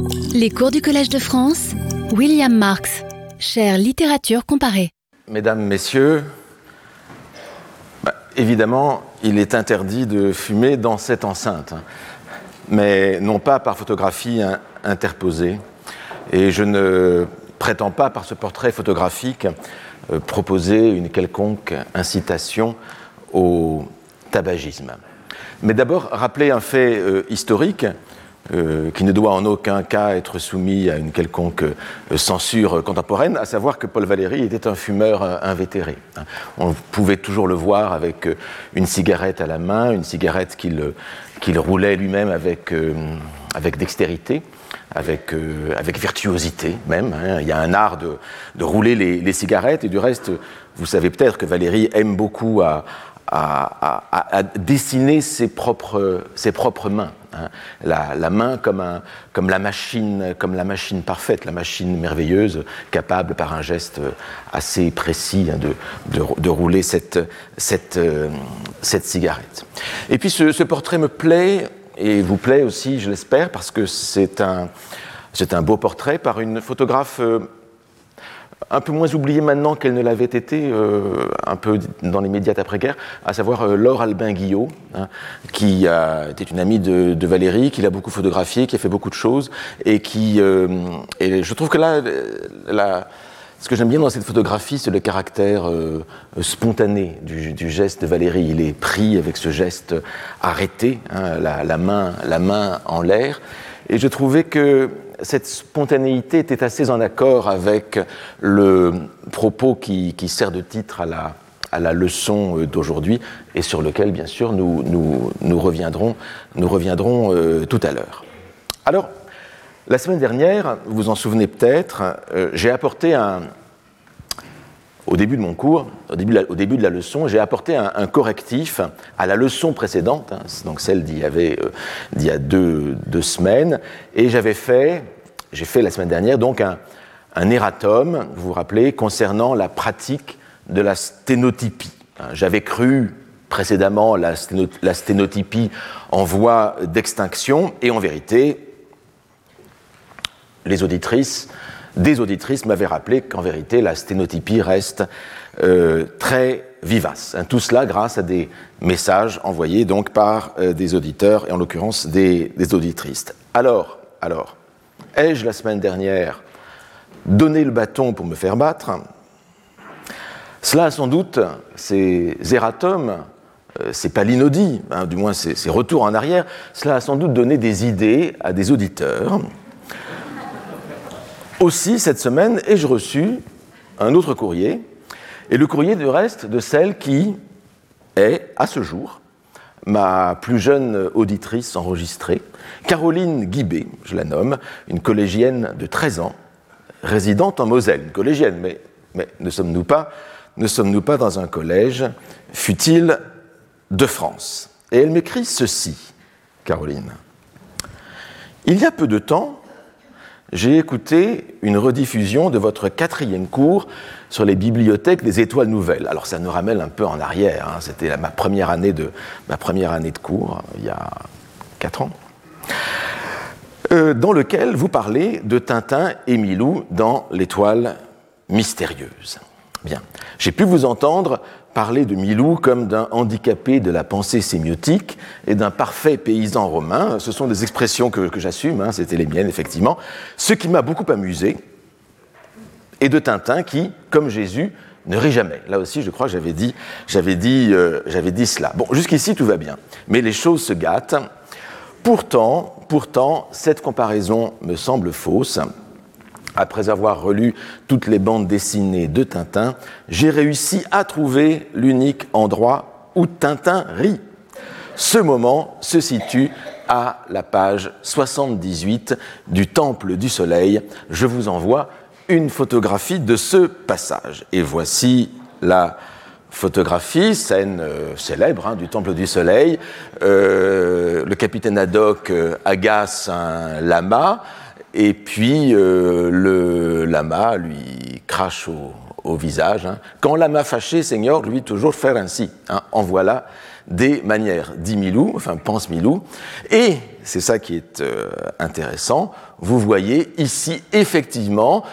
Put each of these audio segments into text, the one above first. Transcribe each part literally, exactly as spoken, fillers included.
Les cours du Collège de France, William Marx, chère littérature comparée. Mesdames, Messieurs, bah, évidemment, il est interdit de fumer dans cette enceinte, hein, mais non pas par photographie hein, interposée. Et je ne prétends pas, par ce portrait photographique, euh, proposer une quelconque incitation au tabagisme. Mais d'abord, rappeler un fait euh, historique euh, qui ne doit en aucun cas être soumis à une quelconque euh, censure contemporaine, à savoir que Paul Valéry était un fumeur euh, invétéré. Hein. On pouvait toujours le voir avec euh, une cigarette à la main, une cigarette qu'il, qu'il roulait lui-même avec, euh, avec dextérité, avec, euh, avec virtuosité même. Hein. Il y a un art de, de rouler les, les cigarettes, et du reste, vous savez peut-être que Valéry aime beaucoup à À, à, à dessiner ses propres, ses propres mains, hein. la, la main comme, un, comme, la machine, comme la machine parfaite, la machine merveilleuse, capable par un geste assez précis hein, de, de, de rouler cette, cette, euh, cette cigarette. Et puis ce, ce portrait me plaît, et vous plaît aussi, je l'espère, parce que c'est un, c'est un beau portrait par une photographe euh, un peu moins oubliée maintenant qu'elle ne l'avait été, euh, un peu dans les médias après-guerre, à savoir euh, Laure Albin-Guillot, hein, qui a, était une amie de, de Valéry, qui l'a beaucoup photographiée, qui a fait beaucoup de choses, et qui... Euh, et je trouve que là, la, ce que j'aime bien dans cette photographie, c'est le caractère euh, spontané du, du geste de Valéry. Il est pris avec ce geste arrêté, hein, la, la, main, la main en l'air, et je trouvais que cette spontanéité était assez en accord avec le propos qui, qui sert de titre à la, à la leçon d'aujourd'hui et sur lequel, bien sûr, nous, nous, nous reviendrons, nous reviendrons euh, tout à l'heure. Alors, la semaine dernière, vous vous en souvenez peut-être, euh, j'ai apporté un... Au début de mon cours, au début de la, au début de la leçon, j'ai apporté un, un correctif à la leçon précédente, hein, donc celle d'il y, avait, euh, d'il y a deux, deux semaines, et j'avais fait, j'ai fait la semaine dernière donc un, un erratum, vous vous rappelez, concernant la pratique de la sténotypie. J'avais cru précédemment la, sténo, la sténotypie en voie d'extinction, et en vérité, les auditrices Des auditrices m'avaient rappelé qu'en vérité, la sténotypie reste euh, très vivace. Hein, tout cela grâce à des messages envoyés donc par euh, des auditeurs, et en l'occurrence des, des auditrices. Alors, alors, ai-je la semaine dernière donné le bâton pour me faire battre ? Cela a sans doute, ces erratums, euh, ces palinodies, hein, du moins ces, ces retours en arrière, cela a sans doute donné des idées à des auditeurs. Aussi, cette semaine, ai-je reçu un autre courrier, et le courrier du reste de celle qui est, à ce jour, ma plus jeune auditrice enregistrée, Caroline Guibé, je la nomme, une collégienne de treize ans, résidente en Moselle, une collégienne, mais, mais ne sommes-nous pas, ne sommes-nous pas dans un collège, fût-il de France. Et elle m'écrit ceci, Caroline. Il y a peu de temps, j'ai écouté une rediffusion de votre quatrième cours sur les bibliothèques des Étoiles Nouvelles. Alors ça nous ramène un peu en arrière, hein. C'était ma première année de, ma première année de cours, il y a quatre ans, euh, dans lequel vous parlez de Tintin et Milou dans l'Étoile mystérieuse. Bien, j'ai pu vous entendre parler de Milou comme d'un handicapé de la pensée sémiotique et d'un parfait paysan romain. Ce sont des expressions que, que j'assume, hein, c'était les miennes, effectivement. Ce qui m'a beaucoup amusé, et de Tintin qui, comme Jésus, ne rit jamais. Là aussi, je crois que j'avais dit, j'avais dit, euh, j'avais dit cela. Bon, jusqu'ici, tout va bien, mais les choses se gâtent. Pourtant, pourtant, cette comparaison me semble fausse. Après avoir relu toutes les bandes dessinées de Tintin, j'ai réussi à trouver l'unique endroit où Tintin rit. Ce moment se situe à la page soixante-dix-huit du Temple du Soleil. Je vous envoie une photographie de ce passage. Et voici la photographie, scène euh, célèbre hein, du Temple du Soleil. Euh, le capitaine Haddock euh, agace un lama, et puis euh, le lama lui crache au, au visage. Hein. Quand lama fâché, Seigneur, lui toujours faire ainsi. Hein. En voilà des manières, dit Milou, enfin pense Milou. Et c'est ça qui est euh, intéressant. vous voyez ici effectivement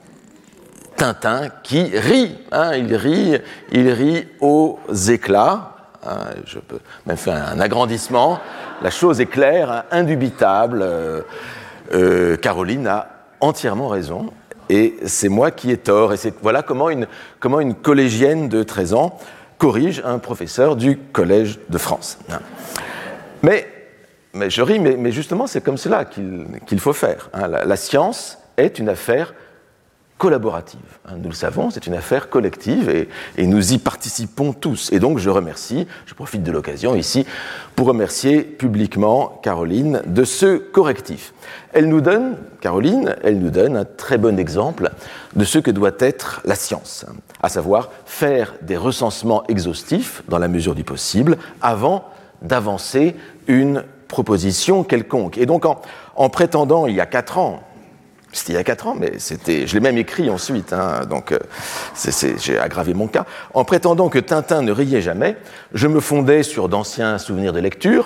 Tintin qui rit, hein, il rit, il rit aux éclats. Hein, je peux même faire un agrandissement. La chose est claire, hein, indubitable. Euh, euh, Caroline a entièrement raison, et c'est moi qui ai tort. Et c'est, voilà comment une, comment une collégienne de treize ans corrige un professeur du Collège de France. Hein. Mais, mais je ris, mais, mais justement, c'est comme cela qu'il, qu'il faut faire. Hein. La, la science est une affaire collaborative. Nous le savons, c'est une affaire collective et, et nous y participons tous. Et donc, je remercie, je profite de l'occasion ici pour remercier publiquement Caroline de ce correctif. Elle nous donne, Caroline, elle nous donne un très bon exemple de ce que doit être la science, à savoir faire des recensements exhaustifs, dans la mesure du possible, avant d'avancer une proposition quelconque. Et donc, en, en prétendant, il y a quatre ans, c'était il y a quatre ans, mais c'était, je l'ai même écrit ensuite, hein, donc c'est, c'est, j'ai aggravé mon cas. En prétendant que Tintin ne riait jamais, je me fondais sur d'anciens souvenirs de lecture,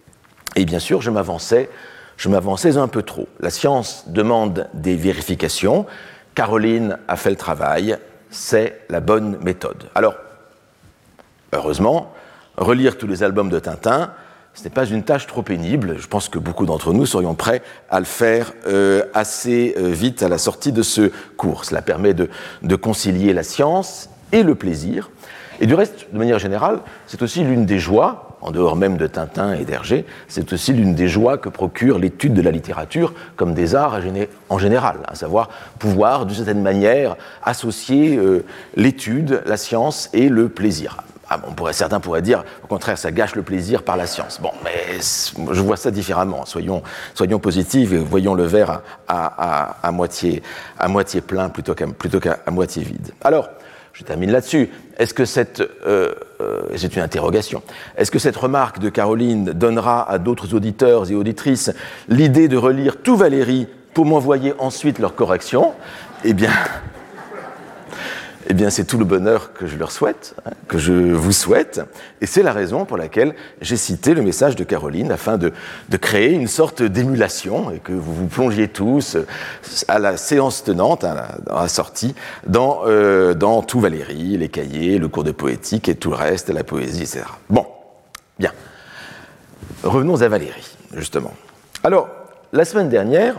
et bien sûr, je m'avançais, je m'avançais un peu trop. La science demande des vérifications, Caroline a fait le travail, c'est la bonne méthode. Alors, heureusement, relire tous les albums de Tintin, ce n'est pas une tâche trop pénible. Je pense que beaucoup d'entre nous serions prêts à le faire euh, assez euh, vite à la sortie de ce cours. Cela permet de, de concilier la science et le plaisir. Et du reste, de manière générale, c'est aussi l'une des joies, en dehors même de Tintin et d'Hergé, c'est aussi l'une des joies que procure l'étude de la littérature comme des arts en général, à savoir pouvoir, d'une certaine manière, associer euh, l'étude, la science et le plaisir. Ah bon, on pourrait, certains pourraient dire, au contraire, ça gâche le plaisir par la science. Bon, mais je vois ça différemment. Soyons, soyons positifs et voyons le verre à, à, à, à, moitié, à moitié plein plutôt qu'à, plutôt qu'à à moitié vide. Alors, je termine là-dessus. Est-ce que cette, euh, euh, c'est une interrogation, est-ce que cette remarque de Caroline donnera à d'autres auditeurs et auditrices l'idée de relire tout Valéry pour m'envoyer ensuite leur correction ? Eh bien... Eh bien, c'est tout le bonheur que je leur souhaite, hein, que je vous souhaite, et c'est la raison pour laquelle j'ai cité le message de Caroline, afin de, de créer une sorte d'émulation, et que vous vous plongiez tous à la séance tenante, à la, dans la sortie, dans, euh, dans tout Valéry, les cahiers, le cours de poétique, et tout le reste, la poésie, et cetera. Bon, bien. Revenons à Valéry, justement. Alors, la semaine dernière,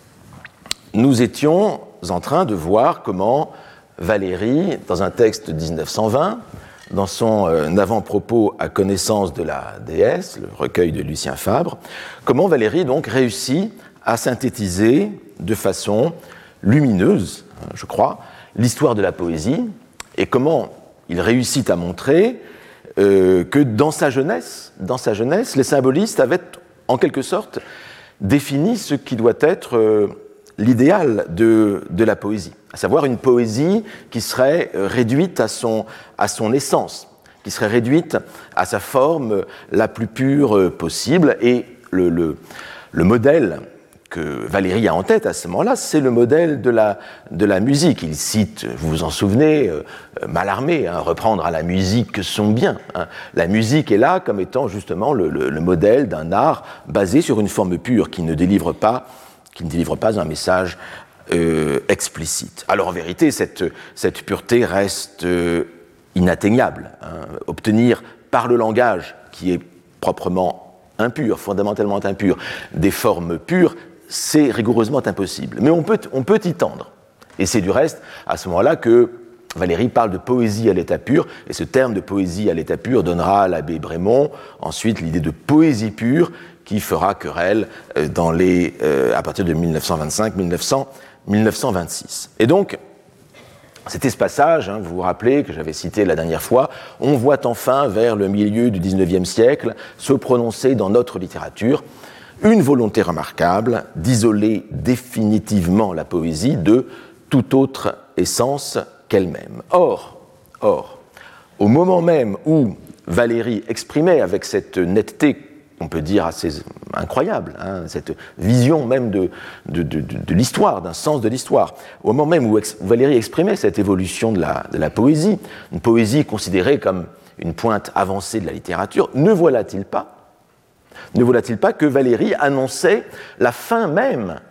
nous étions en train de voir comment Valéry, dans un texte de dix-neuf cent vingt, dans son euh, avant-propos à connaissance de la déesse, le recueil de Lucien Fabre, comment Valéry donc réussit à synthétiser de façon lumineuse, je crois, l'histoire de la poésie, et comment il réussit à montrer euh, que dans sa jeunesse, dans sa jeunesse, les symbolistes avaient en quelque sorte défini ce qui doit être euh, l'idéal de, de la poésie, à savoir une poésie qui serait réduite à son, à son essence, qui serait réduite à sa forme la plus pure possible. Et le, le, le modèle que Valéry a en tête à ce moment-là, c'est le modèle de la, de la musique. Il cite, vous vous en souvenez, euh, Mallarmé, hein, reprendre à la musique son bien. Hein. La musique est là comme étant justement le, le, le modèle d'un art basé sur une forme pure qui ne délivre pas qui ne délivre pas un message euh, explicite. Alors en vérité, cette, cette pureté reste euh, inatteignable. Hein. Obtenir par le langage, qui est proprement impur, fondamentalement impur, des formes pures, c'est rigoureusement impossible. Mais on peut, on peut y tendre. Et c'est du reste à ce moment-là que Valéry parle de poésie à l'état pur, et ce terme de poésie à l'état pur donnera à l'abbé Brémond ensuite l'idée de poésie pure, qui fera querelle dans les, euh, à partir de dix-neuf cent vingt-cinq à dix-neuf cent vingt-six. Et donc, c'était ce passage, hein, vous vous rappelez, que j'avais cité la dernière fois, on voit enfin, vers le milieu du dix-neuvième siècle, se prononcer dans notre littérature une volonté remarquable d'isoler définitivement la poésie de toute autre essence qu'elle-même. Or, or, au moment même où Valéry exprimait avec cette netteté, on peut dire assez incroyable, hein, cette vision même de, de, de, de l'histoire, d'un sens de l'histoire. Au moment même où ex- Valéry exprimait cette évolution de la, de la poésie, une poésie considérée comme une pointe avancée de la littérature, ne voilà-t-il pas, ne voilà-t-il pas que Valéry annonçait la fin même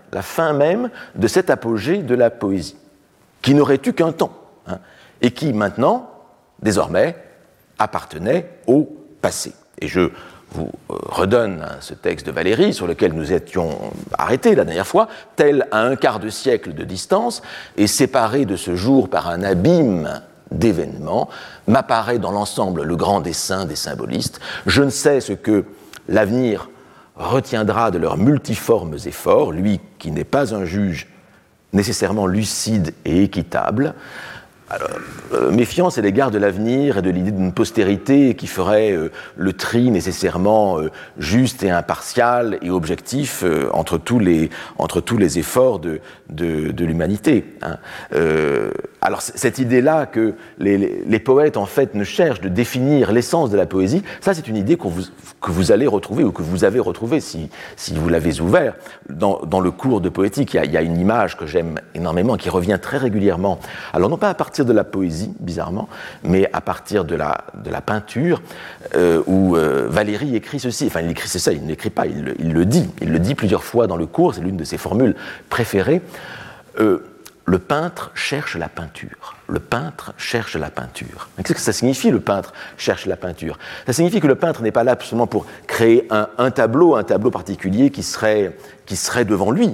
la fin même de cet apogée de la poésie, qui n'aurait eu qu'un temps, hein, et qui maintenant, désormais, appartenait au passé. Et je vous redonne ce texte de Valéry sur lequel nous étions arrêtés la dernière fois, tel à un quart de siècle de distance, et séparé de ce jour par un abîme d'événements, m'apparaît dans l'ensemble le grand dessein des symbolistes. Je ne sais ce que l'avenir retiendra de leurs multiformes efforts, lui qui n'est pas un juge nécessairement lucide et équitable. Alors, euh, méfiance à l'égard de l'avenir et de l'idée d'une postérité qui ferait euh, le tri nécessairement euh, juste et impartial et objectif euh, entre, tous les, entre tous les efforts de, de, de l'humanité. Hein. Euh, alors cette idée-là que les, les, les poètes en fait ne cherchent de définir l'essence de la poésie, ça c'est une idée qu'on vous, que vous allez retrouver ou que vous avez retrouvée si, si vous l'avez ouvert dans, dans le cours de poétique. Il y a, il y a une image que j'aime énormément qui revient très régulièrement. Alors non pas à partir de la poésie, bizarrement, mais à partir de la, de la peinture, euh, où euh, Valéry écrit ceci, enfin il écrit ça, il ne l'écrit pas, il, il le dit, il le dit plusieurs fois dans le cours, c'est l'une de ses formules préférées. Euh, le peintre cherche la peinture. Le peintre cherche la peinture. Qu'est-ce que ça signifie, le peintre cherche la peinture? Ça signifie que le peintre n'est pas là seulement pour créer un, un tableau, un tableau particulier qui serait, qui serait devant lui,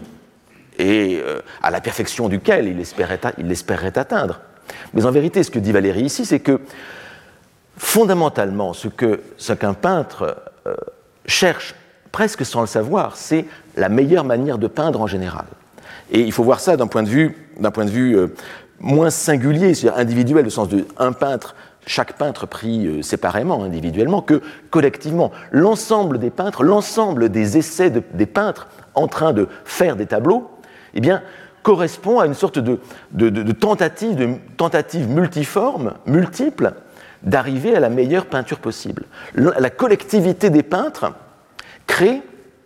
et euh, à la perfection duquel il espérait, il espérait atteindre. Mais en vérité, ce que dit Valéry ici, c'est que fondamentalement, ce, que, ce qu'un peintre euh, cherche, presque sans le savoir, c'est la meilleure manière de peindre en général. Et il faut voir ça d'un point de vue, d'un point de vue euh, moins singulier, c'est-à-dire individuel, au sens de un peintre, chaque peintre pris euh, séparément, individuellement, que collectivement. L'ensemble des peintres, l'ensemble des essais de, des peintres en train de faire des tableaux, eh bien, correspond à une sorte de, de, de, de tentative, de tentative multiforme, multiple, d'arriver à la meilleure peinture possible. La, la collectivité des peintres crée,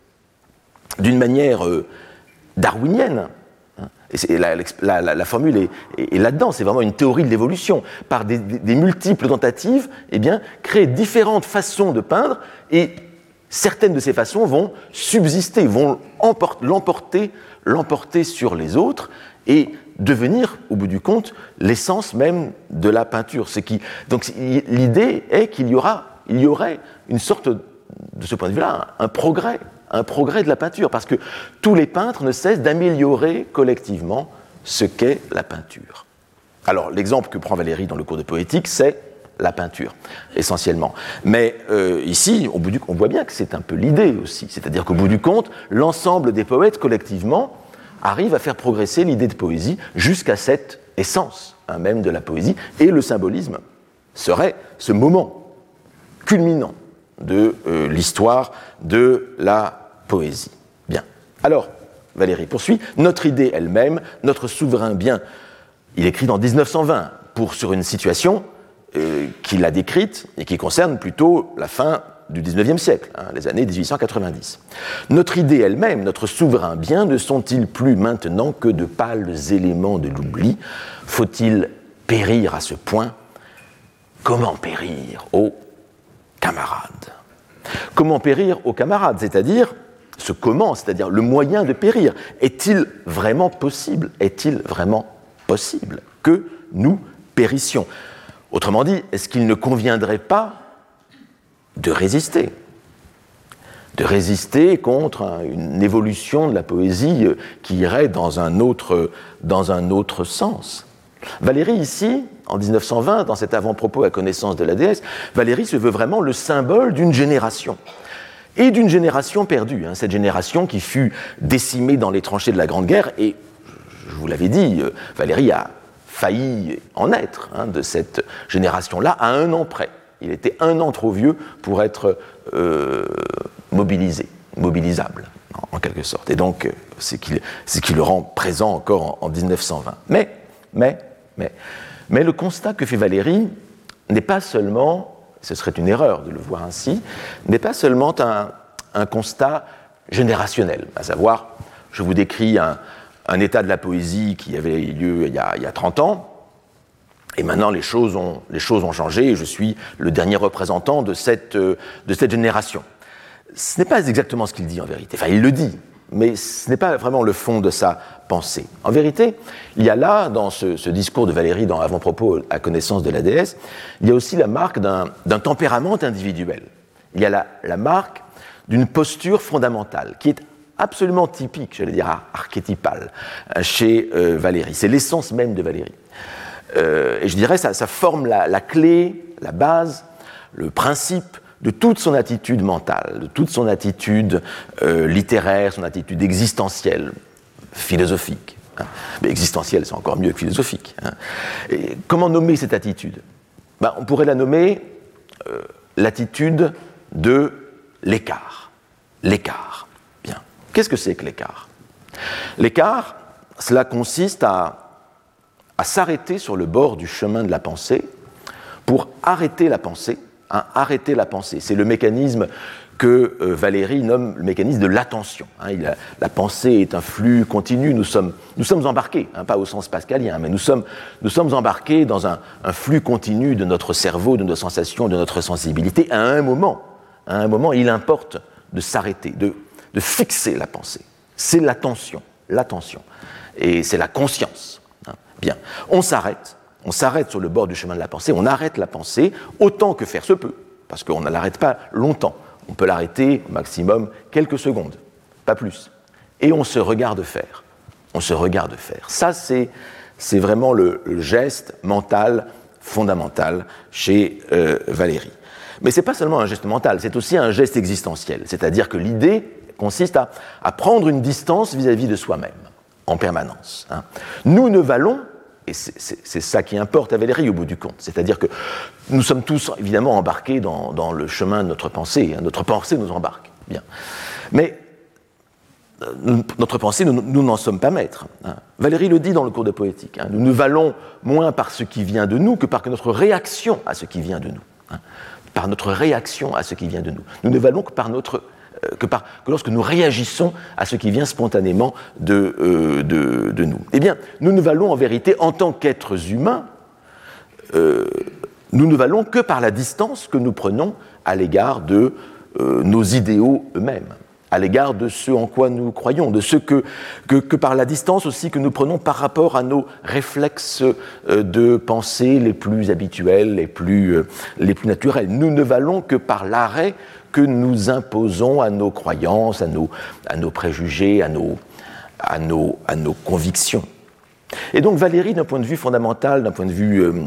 d'une manière euh, darwinienne, hein, et c'est, la, la, la, la formule est, est, est là-dedans, c'est vraiment une théorie de l'évolution, par des, des, des multiples tentatives, eh bien, créer différentes façons de peindre, et certaines de ces façons vont subsister, vont emporter, l'emporter, l'emporter sur les autres, et devenir, au bout du compte, l'essence même de la peinture. Ce qui, donc l'idée est qu'il y aura, il y aurait une sorte, de ce point de vue-là, un, un progrès, un progrès de la peinture, parce que tous les peintres ne cessent d'améliorer collectivement ce qu'est la peinture. Alors, l'exemple que prend Valéry dans le cours de poétique, c'est la peinture, essentiellement. Mais euh, ici, au bout du, on voit bien que c'est un peu l'idée aussi, c'est-à-dire qu'au bout du compte, l'ensemble des poètes, collectivement, arrive à faire progresser l'idée de poésie jusqu'à cette essence hein, même de la poésie, et le symbolisme serait ce moment culminant de euh, l'histoire de la poésie. Bien. Alors, Valéry poursuit, notre idée elle-même, notre souverain bien, il écrit dans dix-neuf cent vingt, pour, sur une situation euh, qu'il a décrite et qui concerne plutôt la fin du dix-neuvième siècle, hein, les années dix-huit cent quatre-vingt-dix. Notre idée elle-même, notre souverain bien, ne sont-ils plus maintenant que de pâles éléments de l'oubli? Faut-il périr à ce point? Comment périr, ô camarades? Comment périr aux camarades? C'est-à-dire, ce comment, c'est-à-dire le moyen de périr. Est-il vraiment possible? Est-il vraiment possible que nous périssions? Autrement dit, est-ce qu'il ne conviendrait pas de résister, de résister contre une évolution de la poésie qui irait dans un autre, dans un autre sens. Valéry, ici, en dix-neuf cent vingt, dans cet avant-propos à connaissance de la déesse, Valéry se veut vraiment le symbole d'une génération, et d'une génération perdue, hein, cette génération qui fut décimée dans les tranchées de la Grande Guerre, et, je vous l'avais dit, Valéry a failli en être hein, de cette génération-là à un an près. Il était un an trop vieux pour être euh, mobilisé, mobilisable, en, en quelque sorte. Et donc, c'est ce qui, c'est qui le rend présent encore en, en dix-neuf cent vingt. Mais, mais, mais, mais le constat que fait Valéry n'est pas seulement, ce serait une erreur de le voir ainsi, n'est pas seulement un, un constat générationnel, à savoir, je vous décris un, un état de la poésie qui avait eu lieu il y a, il y a trente ans, et maintenant, les choses ont, les choses ont changé et je suis le dernier représentant de cette, de cette génération. Ce n'est pas exactement ce qu'il dit en vérité. Enfin, il le dit, mais ce n'est pas vraiment le fond de sa pensée. En vérité, il y a là, dans ce, ce discours de Valérie, dans Avant-propos à connaissance de la déesse, il y a aussi la marque d'un, d'un tempérament individuel. Il y a la, la marque d'une posture fondamentale, qui est absolument typique, j'allais dire archétypale, chez euh, Valérie. C'est l'essence même de Valérie. Euh, et je dirais, ça, ça forme la, la clé, la base, le principe de toute son attitude mentale, de toute son attitude euh, littéraire, son attitude existentielle, philosophique. Hein. Mais existentielle, c'est encore mieux que philosophique. Hein. Et comment nommer cette attitude ? Ben, on pourrait la nommer euh, l'attitude de l'écart. L'écart. Bien. Qu'est-ce que c'est que l'écart ? L'écart, cela consiste à, à s'arrêter sur le bord du chemin de la pensée pour arrêter la pensée. Hein, arrêter la pensée. C'est le mécanisme que euh, Valérie nomme le mécanisme de l'attention. Hein, il a, la pensée est un flux continu. Nous sommes, nous sommes embarqués, hein, pas au sens pascalien, mais nous sommes, nous sommes embarqués dans un, un flux continu de notre cerveau, de nos sensations, de notre sensibilité. À un moment, à un moment, il importe de s'arrêter, de, de fixer la pensée. C'est l'attention, l'attention. Et c'est la conscience. Hein. Bien, on s'arrête. On s'arrête sur le bord du chemin de la pensée, on arrête la pensée autant que faire se peut, parce qu'on ne l'arrête pas longtemps. On peut l'arrêter au maximum quelques secondes, pas plus. Et on se regarde faire. On se regarde faire. Ça, c'est, c'est vraiment le, le geste mental fondamental chez euh, Valérie. Mais ce n'est pas seulement un geste mental, c'est aussi un geste existentiel. C'est-à-dire que l'idée consiste à, à prendre une distance vis-à-vis de soi-même, en permanence. Hein. Nous ne valons. Et c'est, c'est, c'est ça qui importe à Valérie au bout du compte. C'est-à-dire que nous sommes tous évidemment embarqués dans, dans le chemin de notre pensée. Hein. Notre pensée nous embarque. Bien. Mais euh, notre pensée, nous, nous n'en sommes pas maîtres. Hein. Valérie le dit dans le cours de poétique. Hein. Nous ne valons moins par ce qui vient de nous que par notre réaction à ce qui vient de nous. Hein. Par notre réaction à ce qui vient de nous. Nous ne valons que par notre... Que, par, que lorsque nous réagissons à ce qui vient spontanément de, euh, de, de nous. Eh bien, nous ne valons en vérité, en tant qu'êtres humains, euh, nous ne valons que par la distance que nous prenons à l'égard de euh, nos idéaux eux-mêmes, à l'égard de ce en quoi nous croyons, de ce que, que, que par la distance aussi que nous prenons par rapport à nos réflexes euh, de pensée les plus habituels, les plus, euh, les plus naturels. Nous ne valons que par l'arrêt que nous imposons à nos croyances, à nos, à nos préjugés, à nos, à, nos, à nos convictions. Et donc Valérie, d'un point de vue fondamental, d'un point de vue euh,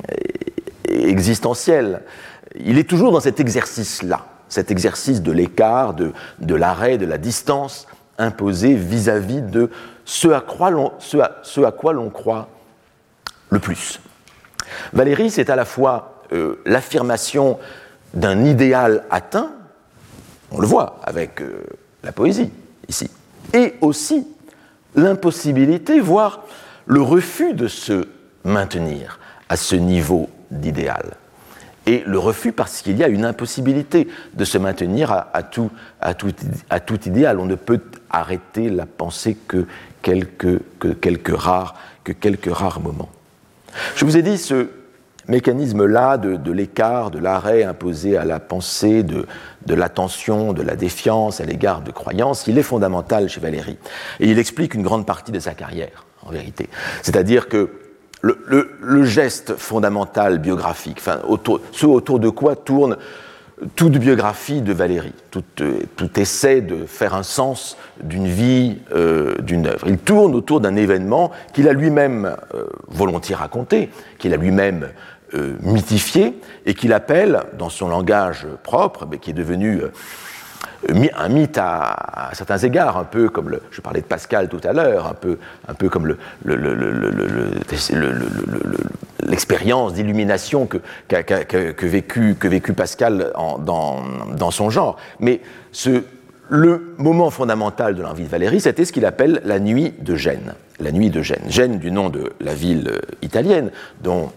existentiel, il est toujours dans cet exercice-là, cet exercice de l'écart, de, de l'arrêt, de la distance imposée vis-à-vis de ce à quoi l'on, ce à, ce à quoi l'on croit le plus. Valérie, c'est à la fois euh, l'affirmation d'un idéal atteint, on le voit avec euh, la poésie ici, et aussi l'impossibilité, voire le refus de se maintenir à ce niveau d'idéal. Et le refus parce qu'il y a une impossibilité de se maintenir à, à, tout, à, tout, à tout idéal. On ne peut arrêter la pensée que quelques, que quelques, rares, que quelques rares moments. Je vous ai dit ce mécanisme-là de, de l'écart, de l'arrêt imposé à la pensée, de, de l'attention, de la défiance à l'égard de croyances, il est fondamental chez Valérie. Et il explique une grande partie de sa carrière, en vérité. C'est-à-dire que le, le, le geste fondamental biographique, enfin, autour, ce autour de quoi tourne toute biographie de Valérie, tout, tout essai de faire un sens d'une vie, euh, d'une œuvre. Il tourne autour d'un événement qu'il a lui-même euh, volontiers raconté, qu'il a lui-même euh, mythifié, et qu'il appelle, dans son langage propre, mais qui est devenu euh, un mythe à, à certains égards, un peu comme, le, je parlais de Pascal tout à l'heure, un peu, un peu comme le, le, le, le, le, le, le, le, le l'expérience d'illumination que, que, que, que, vécu, que vécu Pascal en, dans, dans son genre. Mais ce, le moment fondamental de l'envie de Valérie, c'était ce qu'il appelle la nuit de Gênes. La nuit de Gênes. Gênes du nom de la ville italienne, dont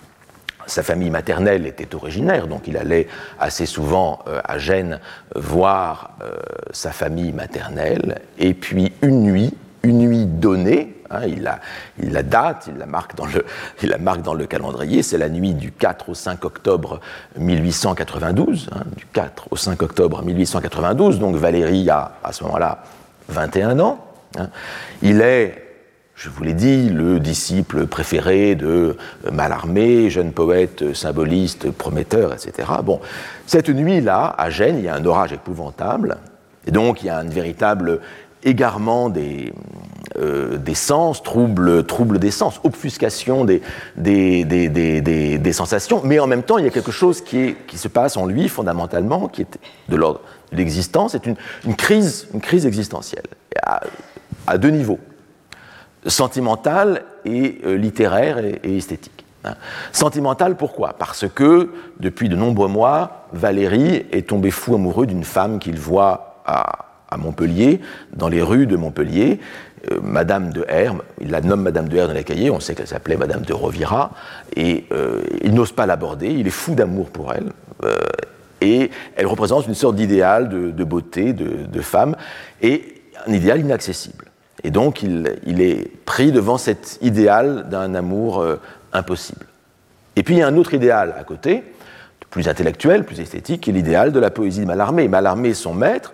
sa famille maternelle était originaire, donc il allait assez souvent euh, à Gênes voir euh, sa famille maternelle. Et puis une nuit, une nuit donnée, hein, il, la, il la date, il la marque dans le, il la marque dans le calendrier, c'est la nuit du quatre au cinq octobre mille huit cent quatre-vingt-douze, hein, du quatre au cinq octobre mille huit cent quatre-vingt-douze, donc Valérie a à ce moment-là vingt et un ans. Hein. Il est, je vous l'ai dit, le disciple préféré de Mallarmé, jeune poète, symboliste, prometteur, et cetera. Bon, cette nuit-là, à Gênes, il y a un orage épouvantable, et donc il y a un véritable égarement des, euh, des sens, trouble, trouble des sens, obfuscation des, des, des, des, des, des sensations, mais en même temps, il y a quelque chose qui, est, qui se passe en lui, fondamentalement, qui est de l'ordre de l'existence, c'est une, une, crise, une crise existentielle, à, à deux niveaux, sentimentale et euh, littéraire et, et esthétique. Hein. Sentimentale, pourquoi ? Parce que, depuis de nombreux mois, Valéry est tombé fou amoureux d'une femme qu'il voit à à Montpellier, dans les rues de Montpellier, euh, Madame de R, il la nomme Madame de R dans les cahiers, on sait qu'elle s'appelait Madame de Rovira, et euh, il n'ose pas l'aborder, il est fou d'amour pour elle, euh, et elle représente une sorte d'idéal de, de beauté, de, de femme, et un idéal inaccessible. Et donc il, il est pris devant cet idéal d'un amour euh, impossible. Et puis il y a un autre idéal à côté, plus intellectuel, plus esthétique, qui est l'idéal de la poésie de Mallarmé. Mallarmé, son maître,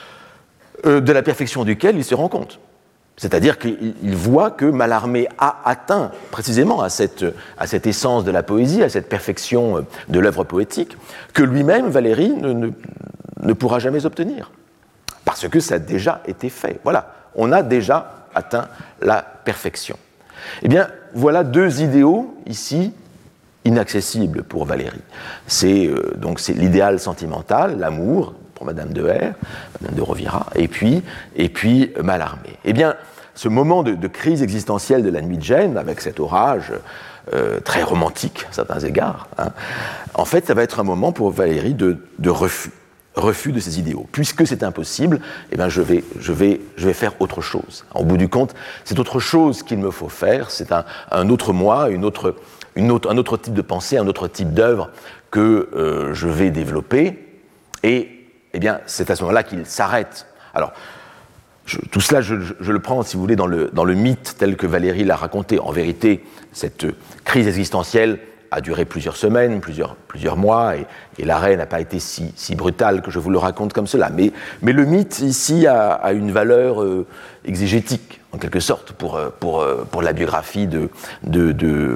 de la perfection duquel il se rend compte. C'est-à-dire qu'il voit que Mallarmé a atteint précisément à cette, à cette essence de la poésie, à cette perfection de l'œuvre poétique, que lui-même, Valéry, ne, ne, ne pourra jamais obtenir. Parce que ça a déjà été fait. Voilà, on a déjà atteint la perfection. Eh bien, voilà deux idéaux, ici, inaccessibles pour Valéry. C'est, euh, donc, c'est l'idéal sentimental, l'amour, pour Madame de R, Madame de Rovira, et puis, et puis Mallarmé. Eh bien, ce moment de, de crise existentielle de la nuit de Gênes, avec cet orage euh, très romantique à certains égards, hein, en fait, ça va être un moment pour Valéry de, de refus, refus de ses idéaux. Puisque c'est impossible, eh bien, je vais, je vais, je vais faire autre chose. Au bout du compte, c'est autre chose qu'il me faut faire, c'est un, un autre moi, une autre, une autre, un autre type de pensée, un autre type d'œuvre que euh, je vais développer, et eh bien, c'est à ce moment-là qu'il s'arrête. Alors, je, tout cela, je, je, je le prends, si vous voulez, dans le, dans le mythe tel que Valéry l'a raconté. En vérité, cette crise existentielle a duré plusieurs semaines, plusieurs, plusieurs mois, et, et l'arrêt n'a pas été si, si brutal que je vous le raconte comme cela. Mais, mais le mythe, ici, a, a une valeur euh, exégétique, en quelque sorte, pour, pour, pour la biographie de, de, de,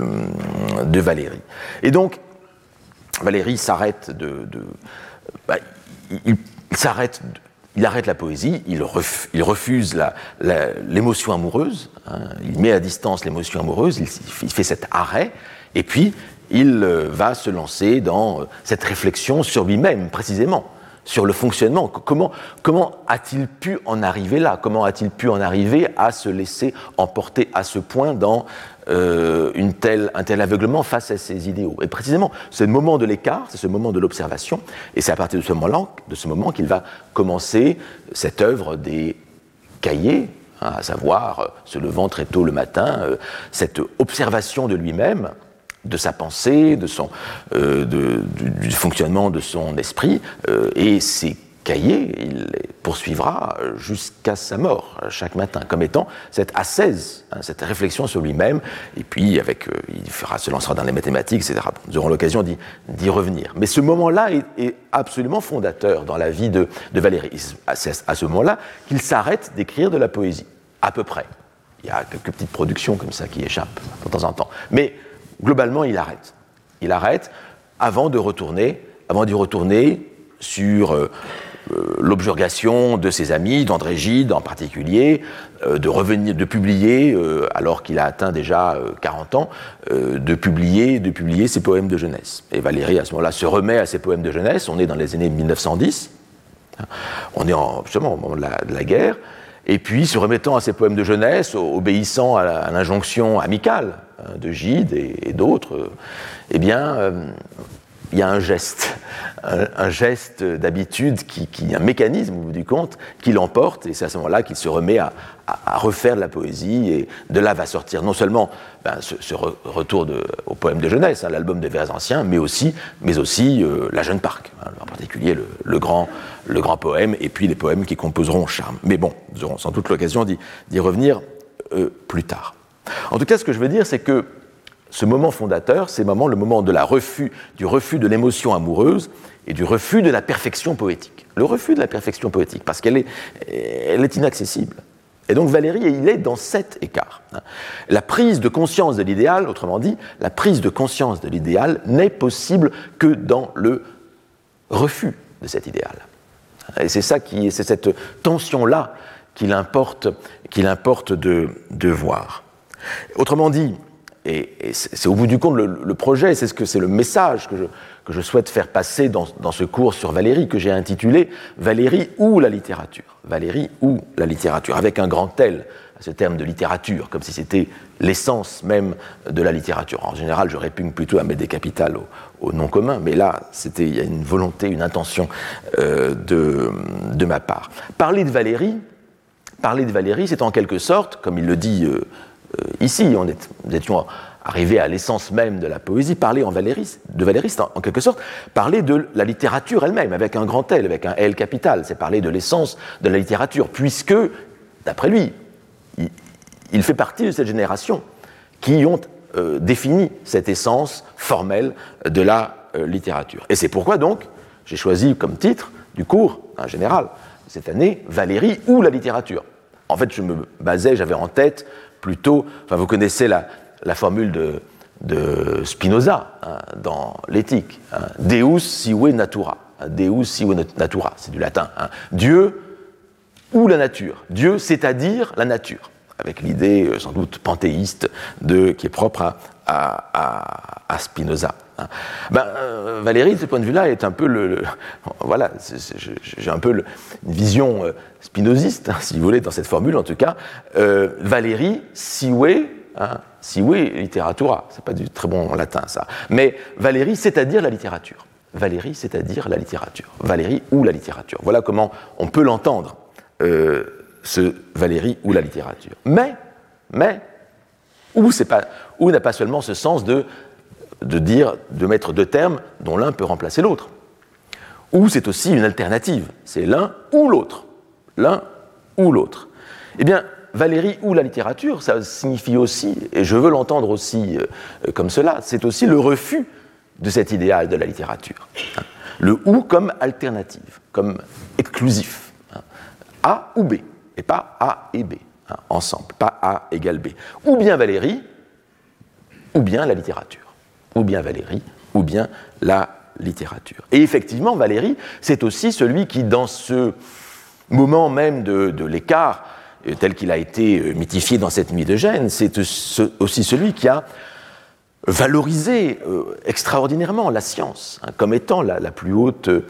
de Valéry. Et donc, Valéry s'arrête de... de bah, Il, il s'arrête, il arrête la poésie, il, ref, il refuse la, la, l'émotion amoureuse, hein, il met à distance l'émotion amoureuse, il, il fait cet arrêt, et puis il va se lancer dans cette réflexion sur lui-même, précisément, sur le fonctionnement. Comment, comment a-t-il pu en arriver là ? Comment a-t-il pu en arriver à se laisser emporter à ce point dans euh, une telle, un tel aveuglement face à ses idéaux ? Et précisément, c'est le moment de l'écart, c'est ce moment de l'observation, et c'est à partir de ce moment-là, de ce moment qu'il va commencer cette œuvre des cahiers, hein, à savoir, se levant très tôt le matin, euh, cette observation de lui-même, de sa pensée, de son, euh, de, du, du fonctionnement de son esprit, euh, et ces cahiers, il les poursuivra jusqu'à sa mort, chaque matin, comme étant cette ascèse, hein, cette réflexion sur lui-même, et puis avec, euh, il fera, se lancera dans les mathématiques, et cetera. Nous aurons l'occasion d'y, d'y revenir. Mais ce moment-là est, est absolument fondateur dans la vie de, de Valéry. C'est à ce moment-là qu'il s'arrête d'écrire de la poésie, à peu près. Il y a quelques petites productions comme ça qui échappent de temps en temps. Mais globalement, il arrête. Il arrête avant de retourner, avant d'y retourner sur euh, l'objurgation de ses amis, d'André Gide en particulier, euh, de revenir, de publier, euh, alors qu'il a atteint déjà euh, quarante ans, euh, de publier, de publier ses poèmes de jeunesse. Et Valéry, à ce moment-là, se remet à ses poèmes de jeunesse. On est dans les années mille neuf cent dix. On est en, justement au moment de la, de la guerre. Et puis, se remettant à ses poèmes de jeunesse, obéissant à, la, à l'injonction amicale de Gide et, et d'autres, euh, eh bien, euh, il y a un geste, un, un geste d'habitude, qui, qui, un mécanisme, au bout du compte, qui l'emporte, et c'est à ce moment-là qu'il se remet à, à, à refaire de la poésie, et de là va sortir non seulement ben, ce, ce re, retour de, au poème de jeunesse, hein, l'album des vers anciens, mais aussi, mais aussi euh, La Jeune Parc, hein, en particulier le, le, grand, le grand poème, et puis les poèmes qui composeront Charme. Mais bon, nous aurons sans doute l'occasion d'y, d'y revenir euh, plus tard. En tout cas, ce que je veux dire, c'est que ce moment fondateur, c'est le moment, le moment de la refus, du refus de l'émotion amoureuse et du refus de la perfection poétique. Le refus de la perfection poétique, parce qu'elle est, elle est inaccessible. Et donc Valéry, il est dans cet écart. La prise de conscience de l'idéal, autrement dit, la prise de conscience de l'idéal n'est possible que dans le refus de cet idéal. Et c'est ça qui, c'est cette tension-là qu'il importe, qu'il importe de, de voir. Autrement dit, et, et c'est au bout du compte le, le projet, c'est ce que c'est le message que je, que je souhaite faire passer dans, dans ce cours sur Valéry que j'ai intitulé Valéry ou la littérature. Valéry ou la littérature, avec un grand L à ce terme de littérature, comme si c'était l'essence même de la littérature. En général, je répugne plutôt à mettre des capitales au, au nom commun, mais là, c'était, il y a une volonté, une intention euh, de, de ma part. Parler de Valéry, parler de Valéry, c'est en quelque sorte, comme il le dit euh, euh, ici, on est, nous étions arrivés à l'essence même de la poésie, parler en Valéry, de Valéry, c'est en, en quelque sorte parler de la littérature elle-même, avec un grand L, avec un L capital, c'est parler de l'essence de la littérature, puisque, d'après lui, il, il fait partie de cette génération qui ont euh, défini cette essence formelle de la euh, littérature. Et c'est pourquoi donc, j'ai choisi comme titre du cours, en général, cette année, Valéry ou la littérature. En fait, je me basais, j'avais en tête plutôt, enfin vous connaissez la, la formule de, de Spinoza hein, dans l'éthique, hein, Deus sive natura, hein, Deus sive natura, c'est du latin, hein, Dieu ou la nature, Dieu c'est-à-dire la nature, avec l'idée sans doute panthéiste de, qui est propre à, à, à, à Spinoza. Hein. Ben, euh, Valéry, de ce point de vue-là, est un peu le, le voilà, c'est, c'est, j'ai un peu le, une vision euh, spinoziste, hein, si vous voulez, dans cette formule en tout cas. Euh, Valéry, sive, hein, sive literatura, c'est pas du très bon latin ça, mais Valéry, c'est-à-dire la littérature. Valéry, c'est-à-dire la littérature. Valéry ou la littérature. Voilà comment on peut l'entendre. Euh, ce Valéry ou la littérature. Mais, mais, ou, c'est pas, ou n'a pas seulement ce sens de, de dire, de mettre deux termes dont l'un peut remplacer l'autre. Ou c'est aussi une alternative. C'est l'un ou l'autre. L'un ou l'autre. Eh bien, Valéry ou la littérature, ça signifie aussi, et je veux l'entendre aussi euh, comme cela, c'est aussi le refus de cet idéal de la littérature. Hein. Le ou comme alternative, comme exclusif. Hein. A ou B. Et pas A et B, hein, ensemble, pas A égale B. Ou bien Valéry, ou bien la littérature. Ou bien Valéry, ou bien la littérature. Et effectivement, Valéry, c'est aussi celui qui, dans ce moment même de, de l'écart, euh, tel qu'il a été euh, mythifié dans cette nuit de Gênes, c'est ce, aussi celui qui a valorisé euh, extraordinairement la science, hein, comme étant la, la plus haute euh,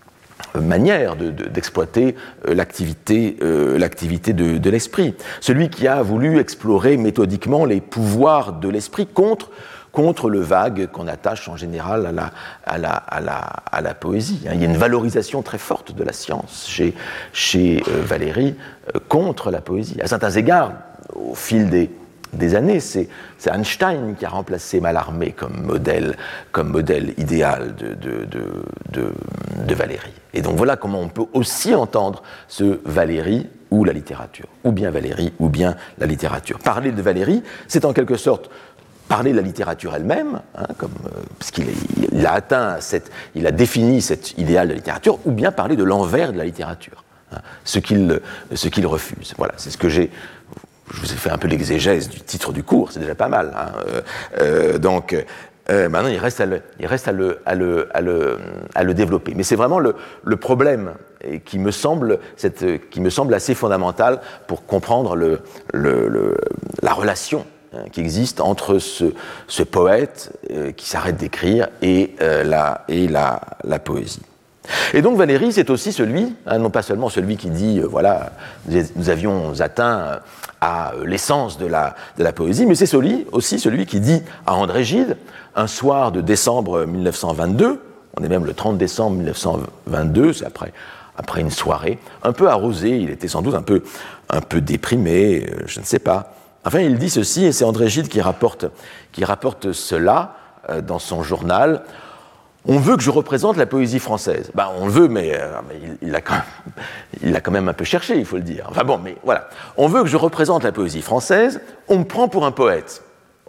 manière de, de, d'exploiter euh, l'activité, euh, l'activité de, de l'esprit. Celui qui a voulu explorer méthodiquement les pouvoirs de l'esprit contre, contre le vague qu'on attache en général à la, à la, à la, à la poésie. Il y a une valorisation très forte de la science chez, chez euh, Valéry euh, contre la poésie. À certains égards, au fil des des années, c'est, c'est Einstein qui a remplacé Mallarmé comme modèle, comme modèle idéal de, de, de, de, de Valéry. Et donc voilà comment on peut aussi entendre ce Valéry ou la littérature, ou bien Valéry ou bien la littérature. Parler de Valéry, c'est en quelque sorte parler de la littérature elle-même, hein, comme, euh, parce qu'il est, il a atteint, cette, il a défini cet idéal de la littérature, ou bien parler de l'envers de la littérature, hein, ce qu'il, ce qu'il refuse. Voilà, c'est ce que j'ai. Je vous ai fait un peu l'exégèse du titre du cours, c'est déjà pas mal. Hein. Euh, euh, donc, euh, maintenant, il reste, à le, il reste à, le, à, le, à, le, à le développer. Mais c'est vraiment le, le problème et qui, me semble, cette, qui me semble assez fondamental pour comprendre le, le, le, la relation hein, qui existe entre ce, ce poète euh, qui s'arrête d'écrire et, euh, la, et la, la poésie. Et donc Valéry, c'est aussi celui, hein, non pas seulement celui qui dit, euh, voilà, nous avions atteint euh, à l'essence de la, de la poésie, mais c'est celui, aussi celui qui dit à André Gide, un soir de décembre mille neuf cent vingt-deux, on est même le trente décembre mille neuf cent vingt-deux, c'est après, après une soirée, un peu arrosée, il était sans doute un peu, un peu déprimé, euh, je ne sais pas. Enfin, il dit ceci, et c'est André Gide qui rapporte, qui rapporte cela euh, dans son journal. On veut que je représente la poésie française. Ben, on le veut, mais, euh, mais il, il, l'a quand même, il l'a quand même un peu cherché, il faut le dire. Enfin bon, mais voilà. On veut que je représente la poésie française, on me prend pour un poète.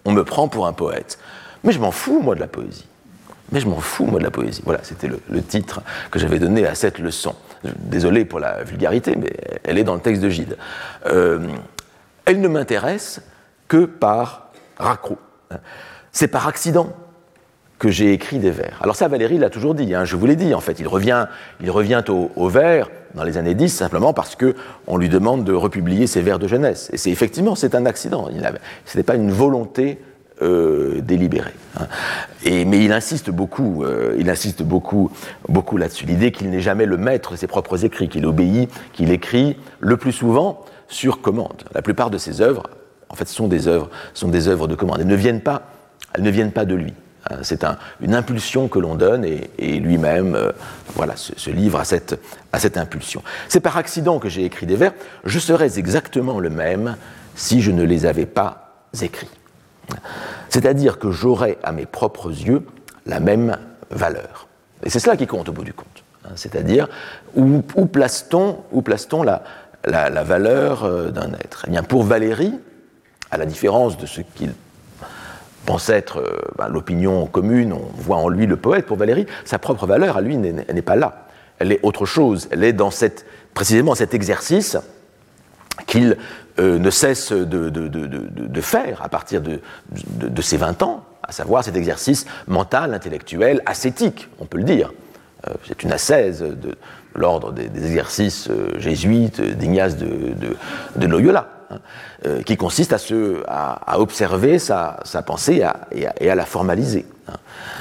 on me prend pour un poète. Mais je m'en fous, moi, de la poésie. Mais je m'en fous, moi, de la poésie. Voilà, c'était le, le titre que j'avais donné à cette leçon. Désolé pour la vulgarité, mais elle est dans le texte de Gide. Euh, elle ne m'intéresse que par raccro. C'est par accident que j'ai écrit des vers. Alors ça, Valéry l'a toujours dit, hein, je vous l'ai dit, en fait. Il revient, il revient au, au vers dans les années dix, simplement parce qu'on lui demande de republier ses vers de jeunesse. Et c'est effectivement, c'est un accident. Ce n'est pas une volonté euh, délibérée. Hein. Et, mais il insiste beaucoup, euh, il insiste beaucoup, beaucoup là-dessus. L'idée qu'il n'est jamais le maître de ses propres écrits, qu'il obéit, qu'il écrit le plus souvent sur commande. La plupart de ses œuvres, en fait, sont des œuvres, sont des œuvres de commande. Elles ne viennent pas, elles ne viennent pas de lui. C'est un, une impulsion que l'on donne et, et lui-même euh, voilà, se, se livre à cette, à cette impulsion. C'est par accident que j'ai écrit des vers. Je serais exactement le même si je ne les avais pas écrits. C'est-à-dire que j'aurais à mes propres yeux la même valeur. Et c'est cela qui compte au bout du compte. C'est-à-dire où, où place-t-on, où place-t-on la, la, la valeur d'un être ? Eh bien, pour Valéry, à la différence de ce qu'il pense être euh, ben, l'opinion commune, on voit en lui le poète, pour Valéry, sa propre valeur à lui n'est, n'est pas là. Elle est autre chose, elle est dans cette, précisément cet exercice qu'il euh, ne cesse de, de, de, de, de faire à partir de, de, de ses vingt ans, à savoir cet exercice mental, intellectuel, ascétique, on peut le dire. Euh, c'est une ascèse de l'ordre des, des exercices euh, jésuites d'Ignace de, de, de Loyola. Hein, euh, qui consiste à, se, à, à observer sa, sa pensée et à, et, à, et à la formaliser. Hein.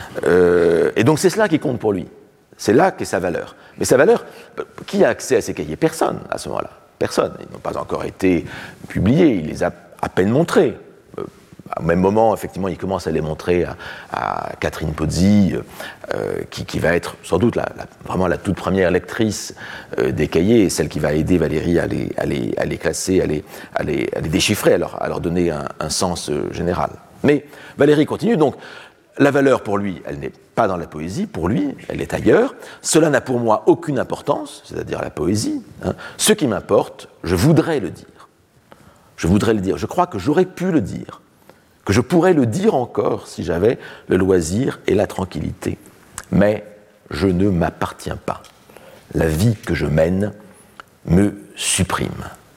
Euh, et donc c'est cela qui compte pour lui. C'est là qu'est sa valeur. Mais sa valeur, qui a accès à ces cahiers ? Personne à ce moment-là. Personne. Ils n'ont pas encore été publiés, il les a à peine montrés. Euh, au même moment, effectivement, il commence à les montrer à, à Catherine Pozzi, euh, qui, qui va être sans doute la, la, vraiment la toute première lectrice euh, des cahiers, et celle qui va aider Valéry à les, à les, à les classer, à les, à les, à les déchiffrer, à leur, à leur donner un, un sens euh, général. Mais Valéry continue, donc la valeur pour lui, elle n'est pas dans la poésie, pour lui, elle est ailleurs. Cela n'a pour moi aucune importance, c'est-à-dire la poésie. Hein. Ce qui m'importe, je voudrais le dire. Je voudrais le dire. Je crois que j'aurais pu le dire. Que je pourrais le dire encore si j'avais le loisir et la tranquillité. Mais je ne m'appartiens pas. La vie que je mène me supprime.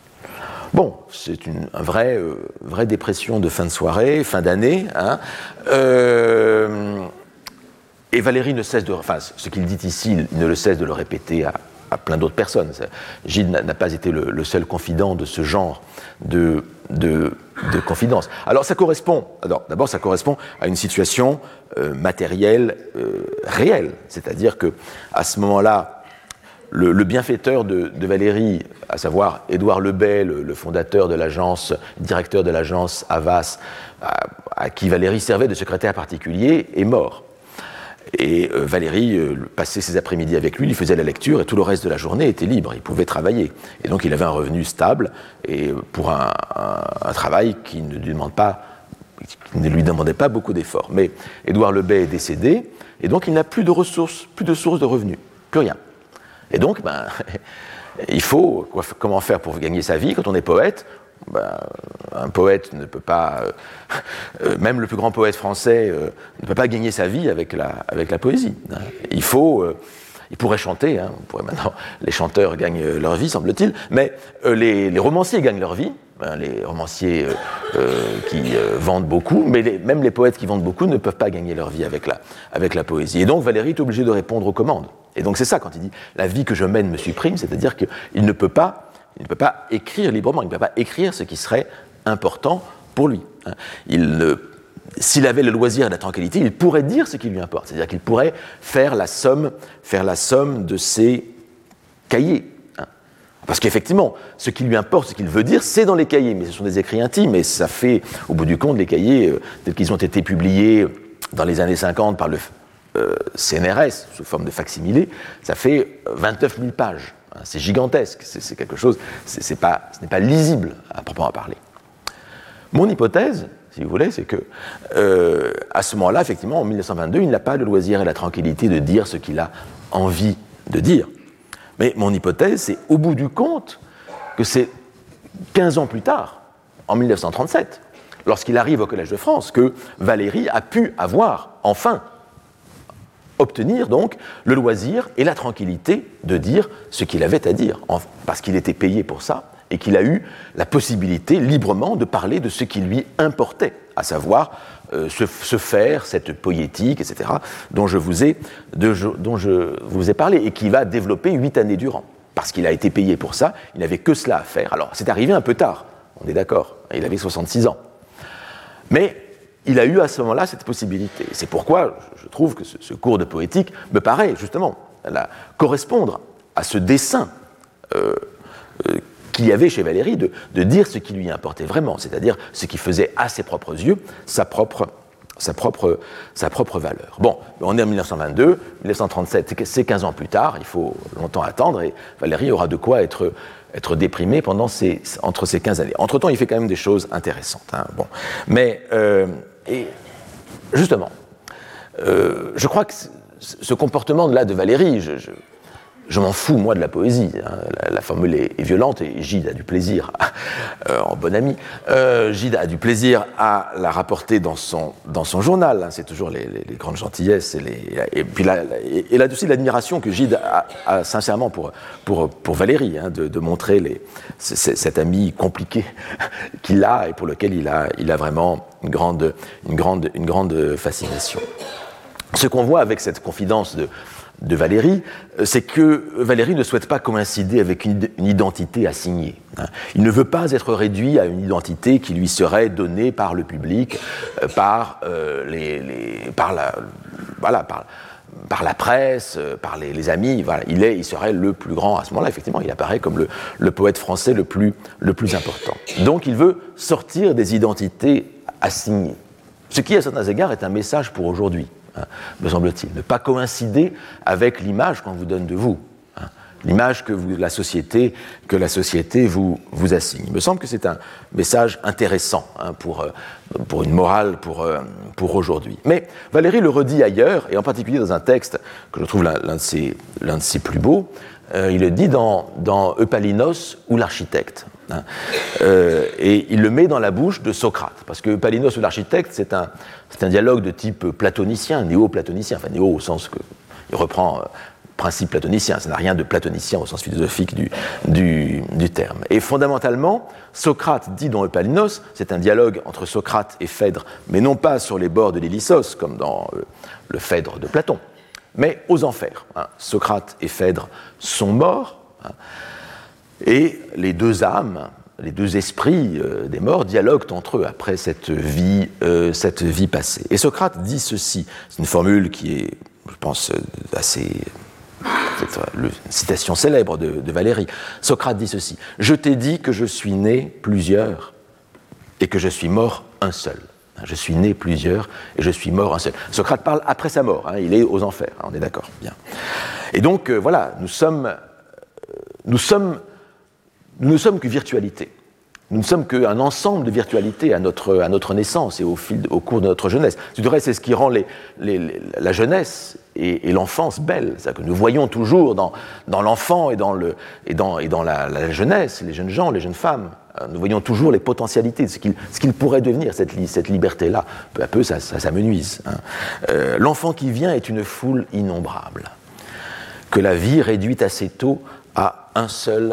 Bon, c'est une un vrai, euh, vraie dépression de fin de soirée, fin d'année. Hein. Euh, et Valéry ne cesse de... Enfin, ce qu'il dit ici, il ne le cesse de le répéter à, à plein d'autres personnes. Gide n'a pas été le, le seul confident de ce genre de... de de confidence. Alors ça correspond, alors, d'abord ça correspond à une situation euh, matérielle euh, réelle, c'est-à-dire que à ce moment-là, le, le bienfaiteur de, de Valéry, à savoir Édouard Lebet, le, le fondateur de l'agence, directeur de l'agence Havas, à, à qui Valéry servait de secrétaire particulier, est mort. Et euh, Valéry euh, passait ses après-midi avec lui, il faisait la lecture et tout le reste de la journée était libre, il pouvait travailler. Et donc il avait un revenu stable et pour un, un, un travail qui ne, lui demande pas, qui ne lui demandait pas beaucoup d'efforts. Mais Édouard Lebet est décédé et donc il n'a plus de ressources, plus de sources de revenus, plus rien. Et donc ben, il faut quoi, comment faire pour gagner sa vie quand on est poète ? Ben, un poète ne peut pas, euh, même le plus grand poète français euh, ne peut pas gagner sa vie avec la, avec la poésie. Hein. Il faut, euh, il pourrait chanter, hein, on pourrait maintenant, les chanteurs gagnent leur vie, semble-t-il, mais euh, les, les romanciers gagnent leur vie, hein, les romanciers euh, euh, qui euh, vendent beaucoup, mais les, même les poètes qui vendent beaucoup ne peuvent pas gagner leur vie avec la, avec la poésie. Et donc Valéry est obligé de répondre aux commandes. Et donc c'est ça quand il dit « la vie que je mène me supprime », c'est-à-dire qu'il ne peut pas Il ne peut pas écrire librement, il ne peut pas écrire ce qui serait important pour lui. Il ne, s'il avait le loisir et la tranquillité, il pourrait dire ce qui lui importe. C'est-à-dire qu'il pourrait faire la somme, faire la somme de ses cahiers. Parce qu'effectivement, ce qui lui importe, ce qu'il veut dire, c'est dans les cahiers. Mais ce sont des écrits intimes et ça fait, au bout du compte, les cahiers, tels qu'ils ont été publiés dans les années cinquante par le euh, C N R S, sous forme de facsimilé, ça fait vingt-neuf mille pages. C'est gigantesque, c'est, c'est quelque chose, c'est, c'est pas, ce n'est pas lisible à proprement parler. Mon hypothèse, si vous voulez, c'est que euh, à ce moment-là, effectivement, en mille neuf cent vingt-deux, il n'a pas le loisir et la tranquillité de dire ce qu'il a envie de dire. Mais mon hypothèse, c'est au bout du compte que c'est quinze ans plus tard, en mille neuf cent trente-sept, lorsqu'il arrive au Collège de France, que Valéry a pu avoir, enfin, obtenir donc le loisir et la tranquillité de dire ce qu'il avait à dire, parce qu'il était payé pour ça et qu'il a eu la possibilité librement de parler de ce qui lui importait, à savoir euh, se, se faire cette poétique, et cetera, dont je, vous ai, de, dont je vous ai parlé et qui va développer huit années durant. Parce qu'il a été payé pour ça, il n'avait que cela à faire. Alors, c'est arrivé un peu tard, on est d'accord, il avait soixante-six ans. Mais il a eu à ce moment-là cette possibilité. C'est pourquoi je trouve que ce, ce cours de poétique me paraît justement là, correspondre à ce dessein euh, euh, qu'il y avait chez Valéry de, de dire ce qui lui importait vraiment, c'est-à-dire ce qui faisait à ses propres yeux sa propre, sa propre, sa propre valeur. Bon, on est en mille neuf cent vingt-deux, mille neuf cent trente-sept, c'est quinze ans plus tard, il faut longtemps attendre, et Valéry aura de quoi être, être déprimé pendant ces, entre ces quinze années. Entre-temps, il fait quand même des choses intéressantes. Hein, bon. Mais, euh, et justement, euh, je crois que ce comportement-là de Valéry, je, je, je m'en fous, moi, de la poésie. Hein. La, la formule est, est violente et Gide a du plaisir, euh, en bon ami, euh, Gide a du plaisir à la rapporter dans son, dans son journal. Hein. C'est toujours les, les, les grandes gentillesses et, les, et puis là, et, et là aussi l'admiration que Gide a, a sincèrement pour, pour, pour Valéry, hein, de, de montrer les, cet ami compliqué qu'il a et pour lequel il a, il a vraiment une grande, une grande, une grande fascination. Ce qu'on voit avec cette confidence de de Valéry, c'est que Valéry ne souhaite pas coïncider avec une, une identité assignée. Hein. Il ne veut pas être réduit à une identité qui lui serait donnée par le public, euh, par, euh, les, les, par, la, voilà, par, par la presse, euh, par les, les amis. Voilà. Il, est, il serait le plus grand à ce moment-là. Effectivement, il apparaît comme le, le poète français le plus, le plus important. Donc il veut sortir des identités assignées. Ce qui, à certains égards, est un message pour aujourd'hui. Hein, me semble-t-il, ne pas coïncider avec l'image qu'on vous donne de vous, hein, l'image que vous, la société, que la société vous, vous assigne. Il me semble que c'est un message intéressant hein, pour, pour une morale pour, pour aujourd'hui. Mais Valéry le redit ailleurs, et en particulier dans un texte que je trouve l'un, l'un, de, ses, l'un de ses plus beaux, euh, il le dit dans, dans Eupalinos ou l'architecte. Hein, euh, et il le met dans la bouche de Socrate, parce que Eupalinos ou l'architecte, c'est un, c'est un dialogue de type platonicien, néo-platonicien, enfin néo au sens que il reprend euh, principe platonicien, ça n'a rien de platonicien au sens philosophique du, du, du terme. Et fondamentalement, Socrate dit dans Eupalinos, c'est un dialogue entre Socrate et Phèdre, mais non pas sur les bords de l'Ilissos, comme dans euh, le Phèdre de Platon, mais aux enfers. Hein. Socrate et Phèdre sont morts, hein, et les deux âmes, les deux esprits euh, des morts dialoguent entre eux après cette vie, euh, cette vie passée. Et Socrate dit ceci, c'est une formule qui est, je pense, assez... peut-être une citation célèbre de, de Valéry. Socrate dit ceci, « Je t'ai dit que je suis né plusieurs et que je suis mort un seul. » Je suis né plusieurs et je suis mort un seul. Socrate parle après sa mort, hein, il est aux enfers, hein, on est d'accord, bien. Et donc, euh, voilà, nous sommes... Euh, nous sommes Nous ne sommes que virtualité. Nous ne sommes qu'un ensemble de virtualités à notre, à notre naissance et au, fil, au cours de notre jeunesse. Du reste, c'est ce qui rend les, les, les, la jeunesse et, et l'enfance belle. C'est-à-dire que nous voyons toujours dans, dans l'enfant et dans, le, et dans, et dans la, la jeunesse, les jeunes gens, les jeunes femmes, nous voyons toujours les potentialités de ce qu'il, ce qu'il pourrait devenir, cette, cette liberté-là. Peu à peu, ça, ça, ça menuise. Hein. Euh, l'enfant qui vient est une foule innombrable, que la vie réduit assez tôt à un seul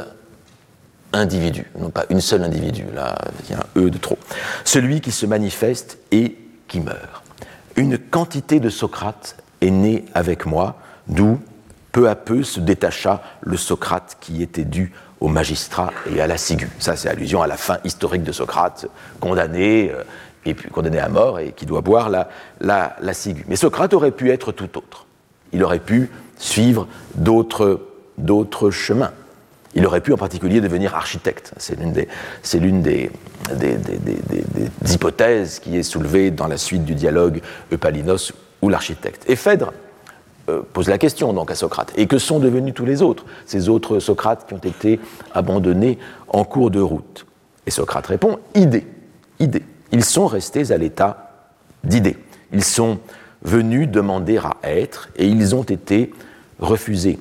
individu, non pas une seule individu, là il y a un E de trop, celui qui se manifeste et qui meurt. Une quantité de Socrate est née avec moi, d'où peu à peu se détacha le Socrate qui était dû au magistrat et à la ciguë. Ça c'est allusion à la fin historique de Socrate, condamné, euh, et puis condamné à mort et qui doit boire la, la, la ciguë. Mais Socrate aurait pu être tout autre. Il aurait pu suivre d'autres, d'autres chemins. Il aurait pu en particulier devenir architecte. C'est l'une des, c'est l'une des, des, des, des, des, des hypothèses qui est soulevée dans la suite du dialogue Eupalinos ou l'architecte. Et Phèdre euh, pose la question donc à Socrate. Et que sont devenus tous les autres, ces autres Socrates qui ont été abandonnés en cours de route? Et Socrate répond, idées, idées. Ils sont restés à l'état d'idées. Ils sont venus demander à être et ils ont été refusés.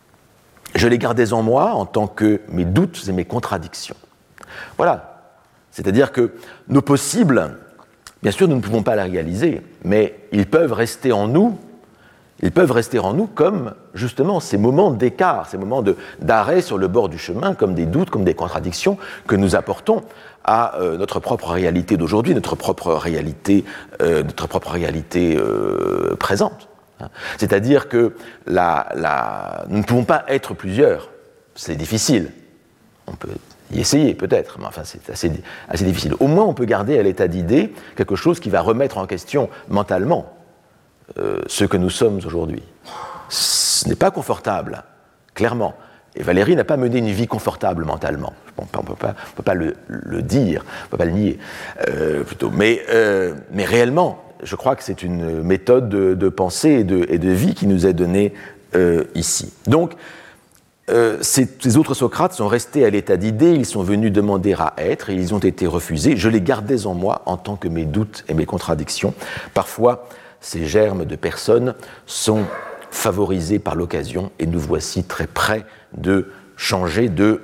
Je les gardais en moi en tant que mes doutes et mes contradictions. Voilà, C'est-à-dire que nos possibles, bien sûr, nous ne pouvons pas les réaliser, mais ils peuvent rester en nous, ils peuvent rester en nous comme, justement, ces moments d'écart, ces moments de, d'arrêt sur le bord du chemin, comme des doutes, comme des contradictions que nous apportons à euh, notre propre réalité d'aujourd'hui, notre propre réalité, euh, notre propre réalité euh, présente. C'est-à-dire que la, la, nous ne pouvons pas être plusieurs, c'est difficile. On peut y essayer peut-être, mais enfin c'est assez, assez difficile. Au moins on peut garder à l'état d'idée quelque chose qui va remettre en question mentalement euh, ce que nous sommes aujourd'hui. Ce n'est pas confortable, clairement. Et Valérie n'a pas mené une vie confortable mentalement. On ne peut pas, on peut pas le, le dire, on ne peut pas le nier, euh, plutôt. Mais, euh, mais réellement, je crois que c'est une méthode de, de pensée et de, et de vie qui nous est donnée euh, ici. Donc, euh, ces, ces autres Socrates sont restés à l'état d'idée, ils sont venus demander à être et ils ont été refusés. Je les gardais en moi en tant que mes doutes et mes contradictions. Parfois, ces germes de personnes sont favorisés par l'occasion et nous voici très près de changer de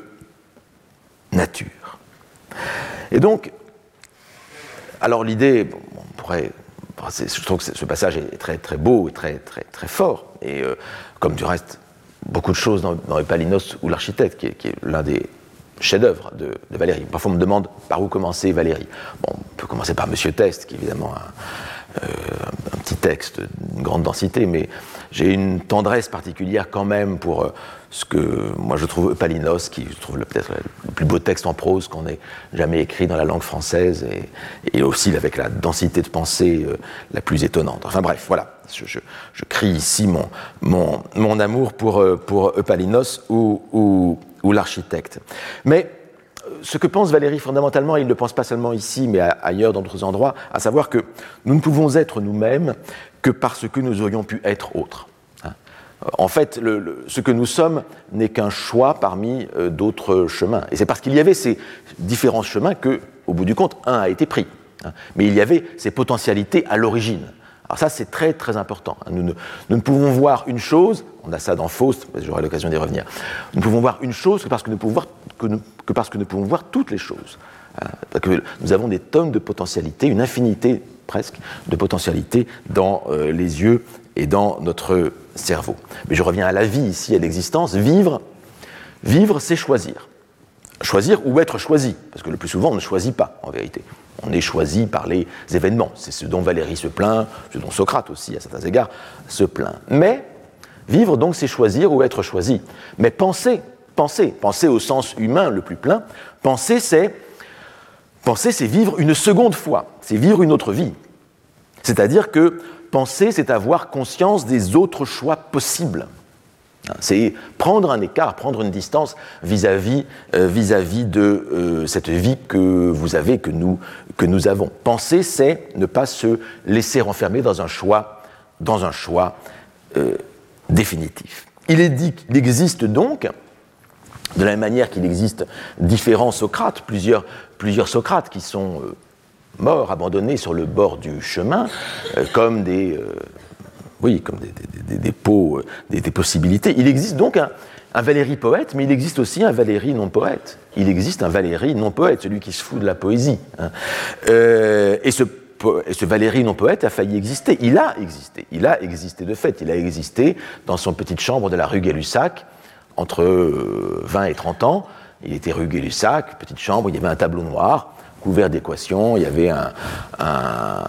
nature. Et donc, alors l'idée, bon, on pourrait, je trouve que ce passage est très très beau et très très très fort, et euh, comme du reste beaucoup de choses dans, dans Eupalinos ou l'Architecte, qui est, qui est l'un des chefs-d'œuvre de, de Valérie. Parfois on me demande par où commencer Valérie. Bon, on peut commencer par Monsieur Teste, qui est évidemment un, euh, un petit texte d'une grande densité, mais j'ai une tendresse particulière quand même pour euh, ce que moi je trouve Eupalinos, qui je trouve le, peut-être le plus beau texte en prose qu'on ait jamais écrit dans la langue française, et, et aussi avec la densité de pensée euh, la plus étonnante. Enfin bref, voilà, je, je, je crie ici mon, mon, mon amour pour, euh, pour Eupalinos ou, ou, ou l'Architecte. Mais ce que pense Valérie fondamentalement, et il ne le pense pas seulement ici, mais ailleurs dans d'autres endroits, à savoir que nous ne pouvons être nous-mêmes que parce que nous aurions pu être autres. En fait, le, le, ce que nous sommes n'est qu'un choix parmi euh, d'autres chemins. Et c'est parce qu'il y avait ces différents chemins que, au bout du compte, un a été pris. Hein. Mais il y avait ces potentialités à l'origine. Alors ça, c'est très très important. Nous ne, nous ne pouvons voir une chose, on a ça dans Faust, j'aurai l'occasion d'y revenir, nous ne pouvons voir une chose que parce que nous pouvons voir, que nous, que parce que nous pouvons voir toutes les choses. Hein. Parce que nous avons des tonnes de potentialités, une infinité presque de potentialités dans euh, les yeux et dans notre cerveau. Mais je reviens à la vie ici, à l'existence. Vivre, vivre, c'est choisir. Choisir ou être choisi, parce que le plus souvent, on ne choisit pas, en vérité. On est choisi par les événements. C'est ce dont Valérie se plaint, ce dont Socrate aussi, à certains égards, se plaint. Mais vivre, donc, c'est choisir ou être choisi. Mais penser, penser, penser au sens humain le plus plein, penser, c'est, penser, c'est vivre une seconde fois, c'est vivre une autre vie. C'est-à-dire que penser, c'est avoir conscience des autres choix possibles. C'est prendre un écart, prendre une distance vis-à-vis, euh, vis-à-vis de euh, cette vie que vous avez, que nous, que nous avons. Penser, c'est ne pas se laisser enfermer dans un choix, dans un choix euh, définitif. Il est dit qu'il existe donc, de la même manière qu'il existe différents Socrates, plusieurs, plusieurs Socrates qui sont euh, morts, abandonnés sur le bord du chemin, euh, comme des... Euh, Oui, comme des, des, des, des, pots, des, des possibilités. Il existe donc un, un Valérie poète, mais il existe aussi un Valérie non poète. Il existe un Valérie non poète, celui qui se fout de la poésie. Hein. Euh, et, ce, et ce Valérie non poète a failli exister. Il a existé. Il a existé de fait. Il a existé dans son petite chambre de la rue Gay-Lussac, entre vingt et trente ans. Il était rue Gay-Lussac, petite chambre, il y avait un tableau noir, couvert d'équations, il y avait un... un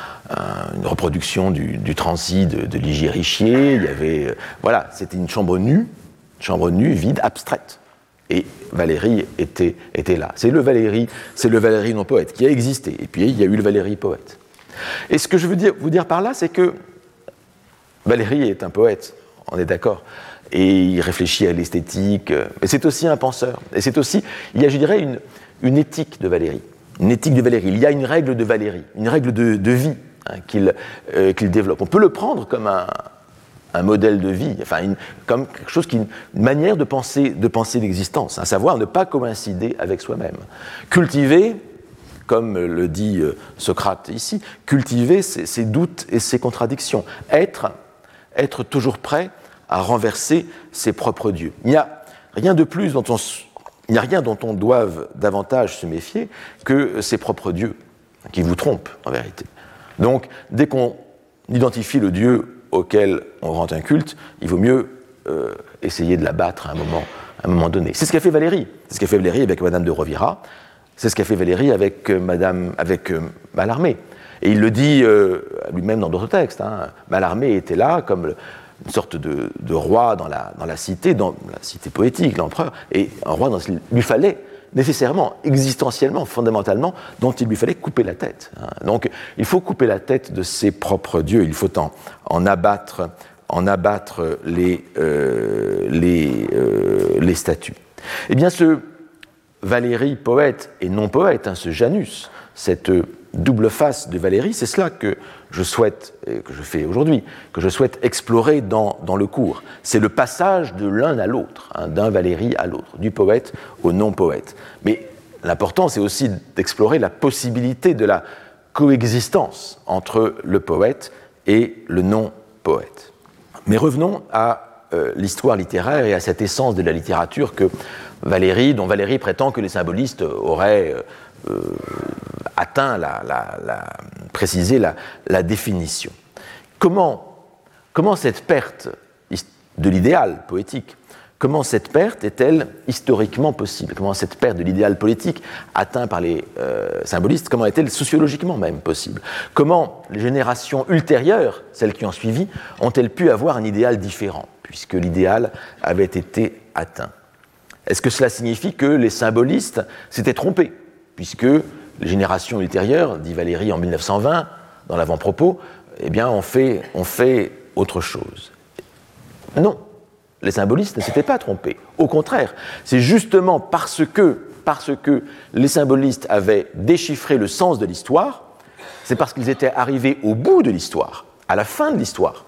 une reproduction du, du transi de, de Ligier Richier, il y avait, euh, voilà, c'était une chambre nue, chambre nue, vide, abstraite. Et Valérie était, était là. C'est le Valérie, c'est le Valérie non poète qui a existé. Et puis il y a eu le Valérie poète. Et ce que je veux dire, vous dire par là, c'est que Valérie est un poète, on est d'accord. Et il réfléchit à l'esthétique, mais c'est aussi un penseur. Et c'est aussi, il y a, je dirais, une, une éthique de Valérie. Une éthique de Valérie. Il y a une règle de Valérie, une règle de, de vie hein, qu'il, euh, qu'il développe. On peut le prendre comme un, un modèle de vie, enfin une, comme quelque chose qui, une manière de penser, de penser l'existence, à savoir ne pas coïncider avec soi-même. Cultiver, comme le dit euh, Socrate ici, cultiver ses, ses doutes et ses contradictions. Être, être toujours prêt à renverser ses propres dieux. Il n'y a rien de plus dont on il n'y a rien dont on doive davantage se méfier que ses propres dieux, qui vous trompent en vérité. Donc, dès qu'on identifie le dieu auquel on rend un culte, il vaut mieux euh, essayer de l'abattre à un moment, à un moment donné. C'est ce qu'a fait Valérie. C'est ce qu'a fait Valérie avec Madame de Rovira. C'est ce qu'a fait Valérie avec euh, Madame, avec euh, Mallarmé. Et il le dit euh, lui-même dans d'autres textes. Hein. Mallarmé était là comme le, une sorte de, de roi dans la, dans la cité, dans la cité poétique, l'empereur, et un roi dont il lui fallait nécessairement, existentiellement, fondamentalement, dont il lui fallait couper la tête. Hein. Donc, il faut couper la tête de ses propres dieux, il faut en, en abattre, en abattre les, euh, les, euh, les statues. Eh bien, ce Valérie, poète et non poète, hein, ce Janus, cette double face de Valérie, c'est cela que je souhaite, et que je fais aujourd'hui, que je souhaite explorer dans, dans le cours. C'est le passage de l'un à l'autre, hein, d'un Valérie à l'autre, du poète au non-poète. Mais l'important, c'est aussi d'explorer la possibilité de la coexistence entre le poète et le non-poète. Mais revenons à euh, l'histoire littéraire et à cette essence de la littérature que Valérie, dont Valérie prétend que les symbolistes auraient euh, euh, atteint, la, la, la, précisé la, la définition. Comment, comment cette perte de l'idéal poétique, comment cette perte est-elle historiquement possible? Comment cette perte de l'idéal politique atteint par les euh, symbolistes, comment est-elle sociologiquement même possible? Comment les générations ultérieures, celles qui ont suivi, ont-elles pu avoir un idéal différent, puisque l'idéal avait été atteint? Est-ce que cela signifie que les symbolistes s'étaient trompés, puisque les générations ultérieures, dit Valérie en mille neuf cent vingt, dans l'avant-propos, eh bien, ont fait, ont fait autre chose? Non, les symbolistes ne s'étaient pas trompés. Au contraire, c'est justement parce que, parce que les symbolistes avaient déchiffré le sens de l'histoire, c'est parce qu'ils étaient arrivés au bout de l'histoire, à la fin de l'histoire.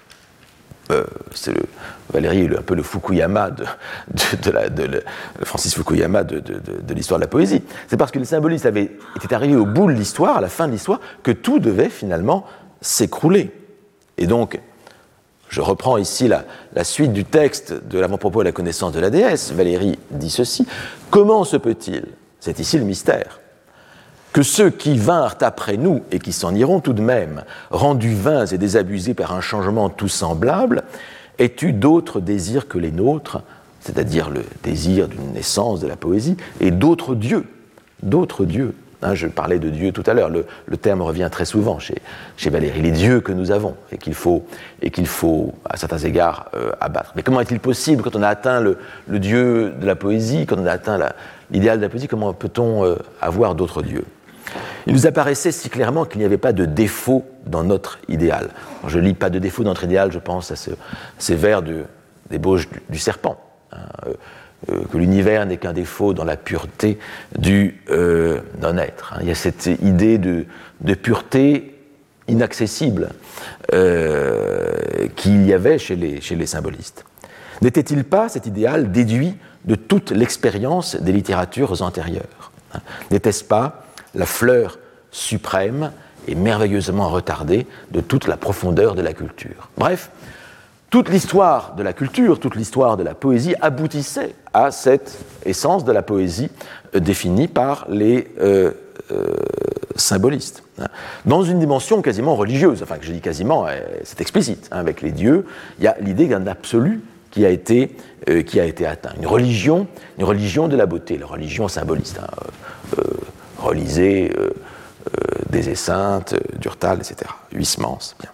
Euh, c'est le, Valérie est le, un peu le Fukuyama de, de, de, la, de, de Francis Fukuyama de, de, de, de l'histoire de la poésie. C'est parce que les symbolistes avaient, étaient arrivés au bout de l'histoire, à la fin de l'histoire, que tout devait finalement s'écrouler. Et donc, je reprends ici la, la suite du texte de l'avant-propos à la connaissance de la déesse. Valérie dit ceci: « Comment se peut-il, c'est ici le mystère, que ceux qui vinrent après nous et qui s'en iront tout de même, rendus vains et désabusés par un changement tout semblable, aient eu d'autres désirs que les nôtres, c'est-à-dire le désir d'une naissance de la poésie, et d'autres dieux, d'autres dieux. » Hein, je parlais de Dieu tout à l'heure, le, le terme revient très souvent chez, chez Valérie, les dieux que nous avons et qu'il faut, et qu'il faut à certains égards, euh, abattre. Mais comment est-il possible, quand on a atteint le, le Dieu de la poésie, quand on a atteint la, l'idéal de la poésie, comment peut-on euh, avoir d'autres dieux? Il nous apparaissait si clairement qu'il n'y avait pas de défaut dans notre idéal. Quand je lis pas de défaut dans notre idéal, je pense à ce, ces vers de, d'ébauche du, du serpent. Hein, euh, euh, que l'univers n'est qu'un défaut dans la pureté du euh, non-être. Hein. Il y a cette idée de, de pureté inaccessible euh, qu'il y avait chez les, chez les symbolistes. N'était-il pas, cet idéal, déduit de toute l'expérience des littératures antérieures? Hein. N'était-ce pas la fleur suprême et merveilleusement retardée de toute la profondeur de la culture? Bref, toute l'histoire de la culture, toute l'histoire de la poésie aboutissait à cette essence de la poésie euh, définie par les euh, euh, symbolistes, hein, dans une dimension quasiment religieuse. Enfin, que je dis quasiment, euh, c'est explicite. Hein, avec les dieux, il y a l'idée d'un absolu qui a été, euh, qui a été atteint. Une religion, une religion de la beauté, la religion symboliste. Hein, euh, euh, relisez euh, euh, des Esseintes, euh, Durtal, et cetera. Huysmans, bien.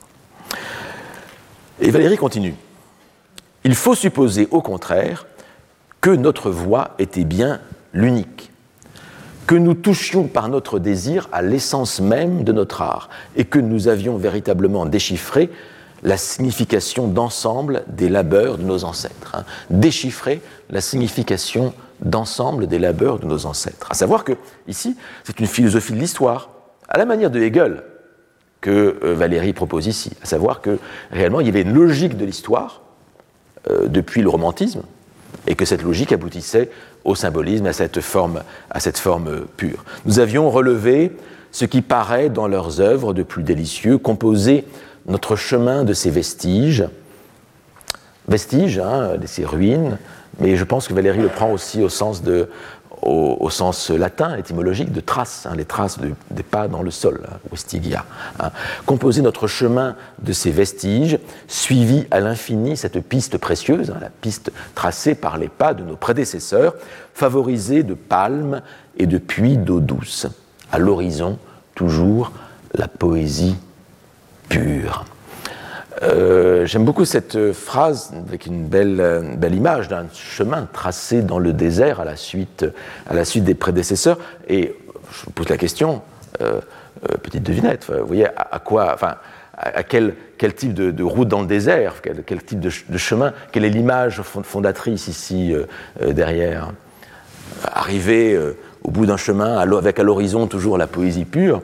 Et Valérie continue. « Il faut supposer au contraire que notre voix était bien l'unique, que nous touchions par notre désir à l'essence même de notre art et que nous avions véritablement déchiffré la signification d'ensemble des labeurs de nos ancêtres. Hein. Déchiffrer la signification d'ensemble des labeurs de nos ancêtres. À savoir que, ici, c'est une philosophie de l'histoire, à la manière de Hegel, que euh, Valérie propose ici, à savoir que réellement il y avait une logique de l'histoire euh, depuis le romantisme et que cette logique aboutissait au symbolisme, à cette forme, à cette forme pure. Nous avions relevé ce qui paraît dans leurs œuvres de plus délicieux, composé notre chemin de ces vestiges, vestiges, hein, de ces ruines, mais je pense que Valéry le prend aussi au sens, de, au, au sens latin, étymologique, de traces, hein, les traces de, des pas dans le sol, hein, vestigia. Hein. Composer notre chemin de ces vestiges, suivi à l'infini cette piste précieuse, hein, la piste tracée par les pas de nos prédécesseurs, favorisée de palmes et de puits d'eau douce. À l'horizon, toujours la poésie pure. Euh, j'aime beaucoup cette phrase avec une belle, une belle image d'un chemin tracé dans le désert à la suite, à la suite des prédécesseurs. Et je vous pose la question, euh, euh, petite devinette, vous voyez à, à quoi, enfin, à, à quel, quel type de, de route dans le désert, quel, quel type de, de chemin, quelle est l'image fondatrice ici euh, euh, derrière. Arriver euh, au bout d'un chemin avec à l'horizon toujours la poésie pure,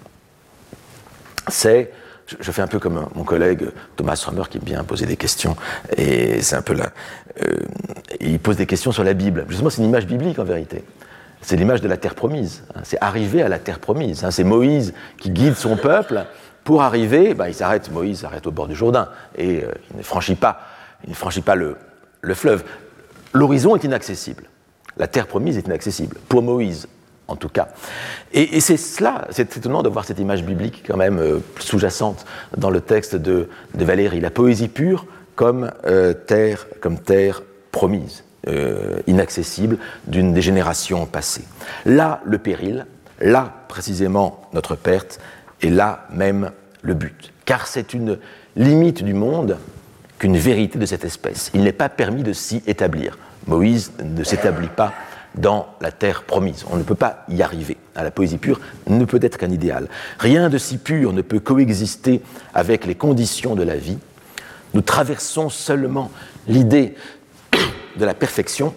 c'est, je fais un peu comme mon collègue Thomas Römer qui aime bien poser des questions, et c'est un peu là, euh, il pose des questions sur la Bible. Justement, c'est une image biblique en vérité. C'est l'image de la terre promise. Hein, c'est arriver à la terre promise. Hein, c'est Moïse qui guide son peuple pour arriver. Ben, il s'arrête, Moïse s'arrête au bord du Jourdain et euh, il ne franchit pas, il ne franchit pas le, le fleuve. L'horizon est inaccessible. La terre promise est inaccessible pour Moïse. En tout cas. Et, et c'est cela, c'est étonnant de voir cette image biblique quand même euh, sous-jacente dans le texte de, de Valéry. La poésie pure comme, euh, terre, comme terre promise, euh, inaccessible d'une des générations passées. Là, le péril, là, précisément, notre perte, et là même le but. Car c'est une limite du monde qu'une vérité de cette espèce. Il n'est pas permis de s'y établir. Moïse ne s'établit pas dans la terre promise. On ne peut pas y arriver. La poésie pure ne peut être qu'un idéal. Rien de si pur ne peut coexister avec les conditions de la vie. Nous traversons seulement l'idée de la perfection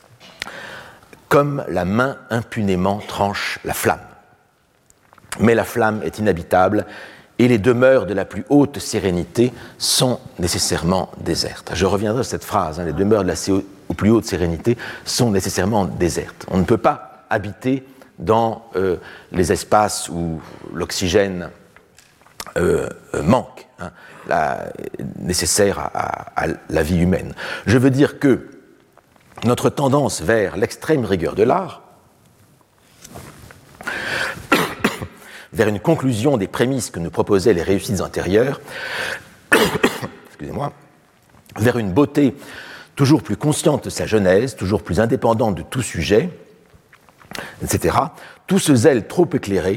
comme la main impunément tranche la flamme. Mais la flamme est inhabitable et les demeures de la plus haute sérénité sont nécessairement désertes. Je reviendrai sur cette phrase, hein, les demeures de la aux plus haute sérénité sont nécessairement désertes. On ne peut pas habiter dans euh, les espaces où l'oxygène euh, manque, hein, la, nécessaire à, à, à la vie humaine. Je veux dire que notre tendance vers l'extrême rigueur de l'art, vers une conclusion des prémices que nous proposaient les réussites antérieures, excusez-moi, vers une beauté toujours plus consciente de sa genèse, toujours plus indépendante de tout sujet, et cetera, tout ce zèle trop éclairé,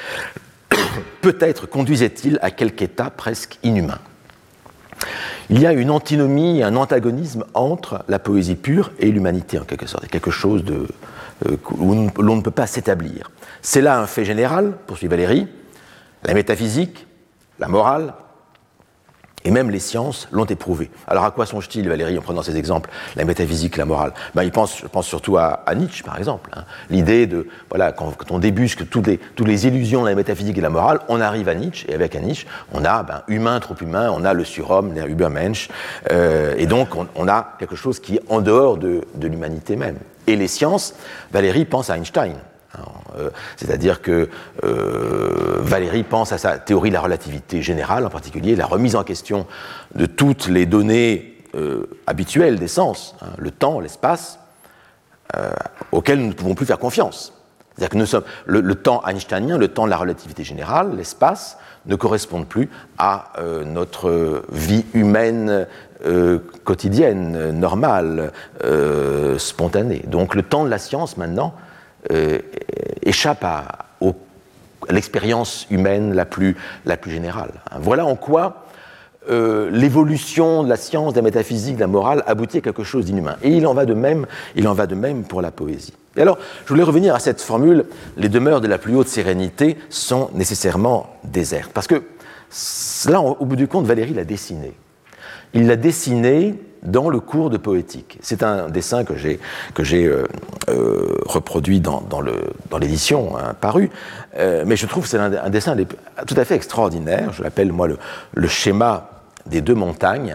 peut-être conduisait-il à quelque état presque inhumain. Il y a une antinomie, un antagonisme entre la poésie pure et l'humanité, en quelque sorte, quelque chose de, euh, où l'on ne peut pas s'établir. C'est là un fait général, poursuit Valéry, la métaphysique, la morale, et même les sciences l'ont éprouvé. Alors à quoi songe-t-il, Valéry, en prenant ces exemples, la métaphysique, la morale? Ben, il pense, je pense surtout à, à Nietzsche, par exemple. Hein. L'idée de, voilà, quand, quand on débusque toutes les, toutes les illusions de la métaphysique et de la morale, on arrive à Nietzsche, et avec un Nietzsche, on a ben, humain, trop humain, on a le surhomme, le Übermensch, euh, et donc on, on a quelque chose qui est en dehors de, de l'humanité même. Et les sciences, Valéry pense à Einstein. Euh, c'est-à-dire que euh, Valéry pense à sa théorie de la relativité générale, en particulier la remise en question de toutes les données euh, habituelles des sens, hein, le temps, l'espace, euh, auxquels nous ne pouvons plus faire confiance. C'est-à-dire que nous sommes, le, le temps einsteinien, le temps de la relativité générale, l'espace, ne correspondent plus à euh, notre vie humaine euh, quotidienne, normale, euh, spontanée. Donc le temps de la science, maintenant, Euh, échappe à, au, à l'expérience humaine la plus, la plus générale. Voilà en quoi euh, l'évolution de la science, de la métaphysique, de la morale aboutit à quelque chose d'inhumain. Et il en va de même, il en va de même pour la poésie. Et alors, je voulais revenir à cette formule, les demeures de la plus haute sérénité sont nécessairement désertes. Parce que là, au bout du compte, Valéry l'a dessiné. Il l'a dessiné dans le cours de poétique. C'est un dessin que j'ai, que j'ai euh, euh, reproduit dans, dans, le, dans l'édition hein, parue, euh, mais je trouve que c'est un, un dessin tout à fait extraordinaire. Je l'appelle, moi, le, le schéma des deux montagnes.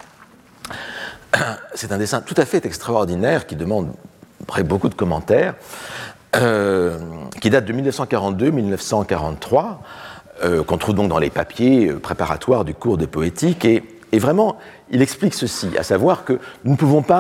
C'est un dessin tout à fait extraordinaire qui demande beaucoup de commentaires, euh, qui date de dix-neuf cent quarante-deux à dix-neuf cent quarante-trois, euh, qu'on trouve donc dans les papiers préparatoires du cours de poétique, et Et vraiment, il explique ceci, à savoir que nous ne pouvons pas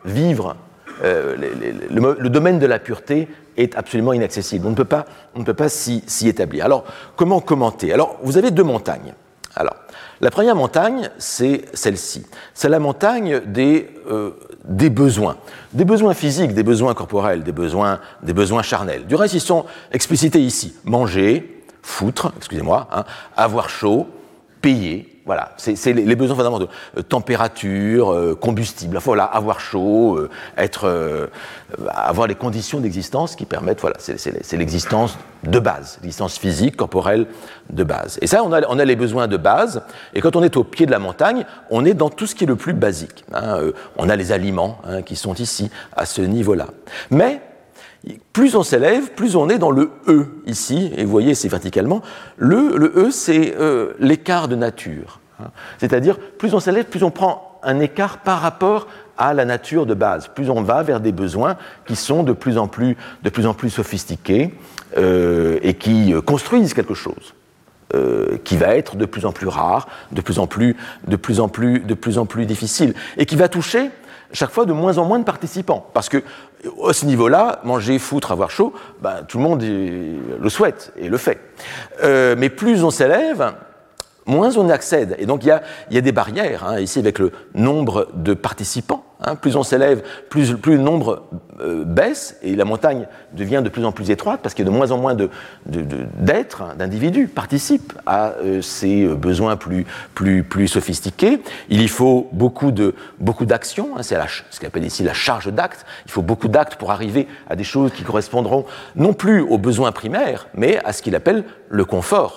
vivre, euh, les, les, le, le domaine de la pureté est absolument inaccessible. On ne peut pas, on ne peut pas s'y, s'y établir. Alors, comment commenter? Alors, vous avez deux montagnes. Alors, la première montagne, c'est celle-ci. C'est la montagne des, euh, des besoins. Des besoins physiques, des besoins corporels, des besoins, des besoins charnels. Du reste, ils sont explicités ici. Manger, foutre, excusez-moi, hein, avoir chaud, payer. Voilà, c'est, c'est les besoins fondamentaux. Euh, température, euh, combustible, enfin, voilà, avoir chaud, euh, être, euh, avoir les conditions d'existence qui permettent, voilà, c'est, c'est, c'est l'existence de base, l'existence physique, corporelle de base. Et ça, on a, on a les besoins de base, et quand on est au pied de la montagne, on est dans tout ce qui est le plus basique. Hein, euh, on a les aliments hein, qui sont ici, à ce niveau-là. Mais, plus on s'élève, plus on est dans le E, ici, et vous voyez, c'est verticalement. Le, le E, c'est euh, l'écart de nature. Hein. C'est-à-dire, plus on s'élève, plus on prend un écart par rapport à la nature de base. Plus on va vers des besoins qui sont de plus en plus, de plus, en plus sophistiqués euh, et qui euh, construisent quelque chose. Euh, qui va être de plus en plus rare, de plus en plus, de plus en plus, de plus en plus difficile, et qui va toucher chaque fois de moins en moins de participants. Parce que, à ce niveau-là, manger, foutre, avoir chaud, ben, tout le monde le souhaite et le fait. Euh, mais plus on s'élève, moins on y accède. Et donc, il y a, il y a des barrières, hein, ici, avec le nombre de participants. Hein, plus on s'élève, plus, plus le nombre euh, baisse, et la montagne devient de plus en plus étroite, parce qu'il y a de moins en moins de, de, de, d'êtres, hein, d'individus, participent à euh, ces besoins plus, plus, plus sophistiqués. Il y faut beaucoup, de, beaucoup d'actions, hein, c'est la, ce qu'on appelle ici la charge d'actes. Il faut beaucoup d'actes pour arriver à des choses qui correspondront non plus aux besoins primaires, mais à ce qu'il appelle le confort.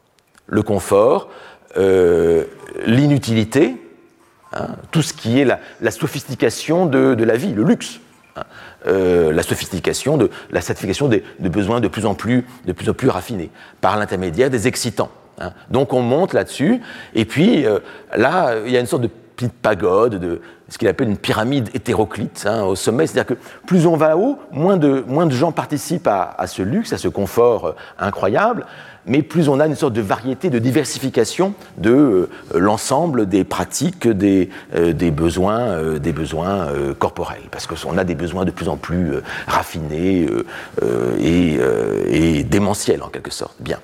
Le confort, euh, l'inutilité, hein, tout ce qui est la, la sophistication de, de la vie, le luxe, hein, euh, la sophistication, de, la satisfaction des, de besoins de plus en plus, de plus en plus raffinés, par l'intermédiaire des excitants. Hein. Donc on monte là-dessus, et puis euh, là, il y a une sorte de petite pagode, de ce qu'il appelle une pyramide hétéroclite hein, au sommet, c'est-à-dire que plus on va haut, moins de, moins de gens participent à, à ce luxe, à ce confort euh, incroyable, mais plus on a une sorte de variété, de diversification de euh, l'ensemble des pratiques, des, euh, des besoins, euh, des besoins euh, corporels, parce qu'on a des besoins de plus en plus euh, raffinés euh, euh, et, euh, et démentiels en quelque sorte. Bien.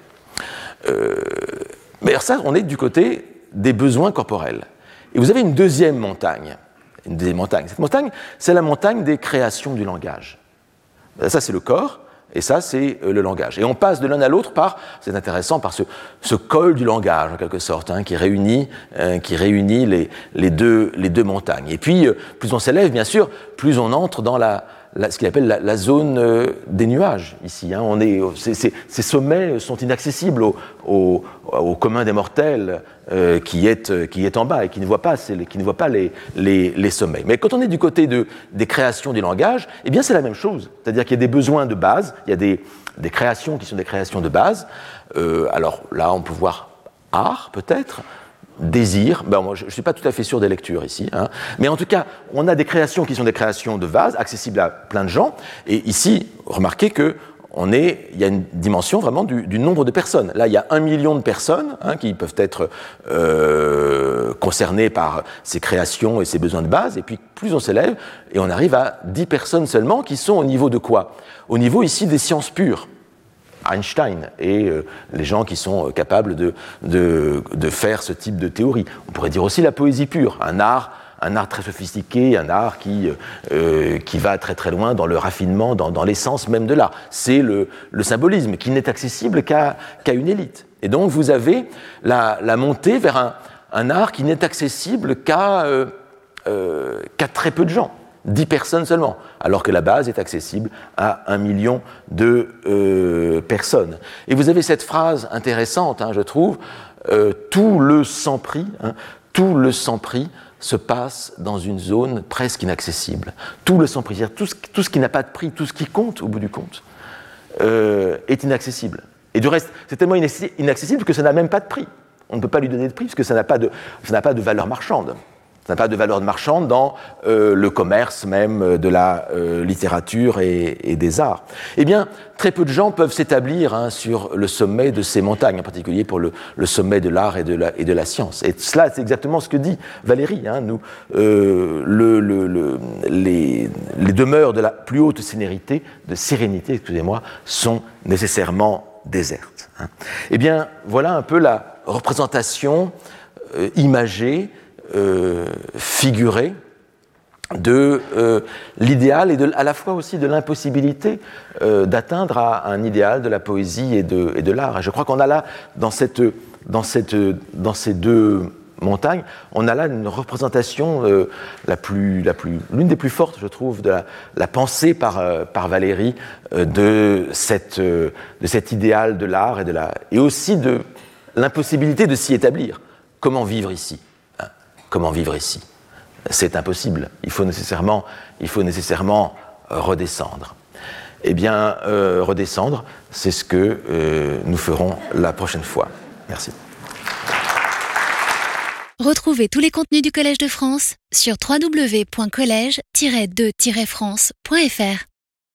Euh, mais alors ça, on est du côté des besoins corporels. Et vous avez une deuxième montagne. Une deuxième montagne. Cette montagne, c'est la montagne des créations du langage. Ça, c'est le corps. Et ça, c'est le langage. Et on passe de l'un à l'autre par, c'est intéressant, par ce, ce col du langage, en quelque sorte, hein, qui réunit, euh, qui réunit les, les, deux, les deux montagnes. Et puis, euh, plus on s'élève, bien sûr, plus on entre dans la, la, ce qu'il appelle la, la zone euh, des nuages, ici. Hein. On est, ces, ces, ces sommets sont inaccessibles au, au, au commun des mortels euh, qui, est, qui est en bas et qui ne voit pas, c'est, qui ne voit pas les, les, les sommets. Mais quand on est du côté de, des créations du langage, eh bien, c'est la même chose. C'est-à-dire qu'il y a des besoins de base, il y a des, des créations qui sont des créations de base. Euh, alors là, on peut voir art, peut-être, désir. Ben, moi, je ne suis pas tout à fait sûr des lectures ici. Hein. Mais en tout cas, on a des créations qui sont des créations de base, accessibles à plein de gens. Et ici, remarquez que on est, il y a une dimension vraiment du, du nombre de personnes. Là, il y a un million de personnes hein, qui peuvent être euh, concernées par ces créations et ces besoins de base. Et puis, plus on s'élève, et on arrive à dix personnes seulement qui sont au niveau de quoi ? Au niveau ici des sciences pures. Einstein et euh, les gens qui sont capables de, de, de faire ce type de théorie. On pourrait dire aussi la poésie pure, un art, un art très sophistiqué, un art qui, euh, qui va très très loin dans le raffinement, dans, dans l'essence même de l'art. C'est le, le symbolisme qui n'est accessible qu'à, qu'à une élite. Et donc vous avez la, la montée vers un, un art qui n'est accessible qu'à, euh, euh, qu'à très peu de gens. dix personnes seulement, alors que la base est accessible à un million de euh, personnes. Et vous avez cette phrase intéressante, hein, je trouve, euh, tout le sans prix, hein, tout le sans prix se passe dans une zone presque inaccessible. Tout le sans prix, c'est-à-dire tout ce, tout ce qui n'a pas de prix, tout ce qui compte au bout du compte, euh, est inaccessible. Et du reste, c'est tellement inaccessible que ça n'a même pas de prix. On ne peut pas lui donner de prix parce que ça n'a pas de, ça n'a pas de valeur marchande. Ça n'a pas de valeur marchande dans euh, le commerce même de la euh, littérature et, et des arts. Eh bien, très peu de gens peuvent s'établir hein, sur le sommet de ces montagnes, en particulier pour le, le sommet de l'art et, et de la science. Et cela, c'est exactement ce que dit Valéry. Hein, nous, euh, le, le, le, les, les demeures de la plus haute sérénité, de sérénité, excusez-moi, sont nécessairement désertes. Hein. Eh bien, voilà un peu la représentation euh, imagée, Euh, figuré de euh, l'idéal et de, à la fois aussi de l'impossibilité euh, d'atteindre à un idéal de la poésie et de, et de l'art. Et je crois qu'on a là, dans, cette, dans, cette, dans ces deux montagnes, on a là une représentation euh, la plus, la plus, l'une des plus fortes, je trouve, de la, la pensée par, euh, par Valéry euh, de, cette, euh, de cet idéal de l'art et, de la, et aussi de l'impossibilité de s'y établir. Comment vivre ici ? Comment vivre ici ? C'est impossible. Il faut nécessairement, il faut nécessairement redescendre. Eh bien, euh, redescendre, c'est ce que euh, nous ferons la prochaine fois. Merci. Retrouvez tous les contenus du Collège de France sur w w w point collège tiret de tiret france point f r.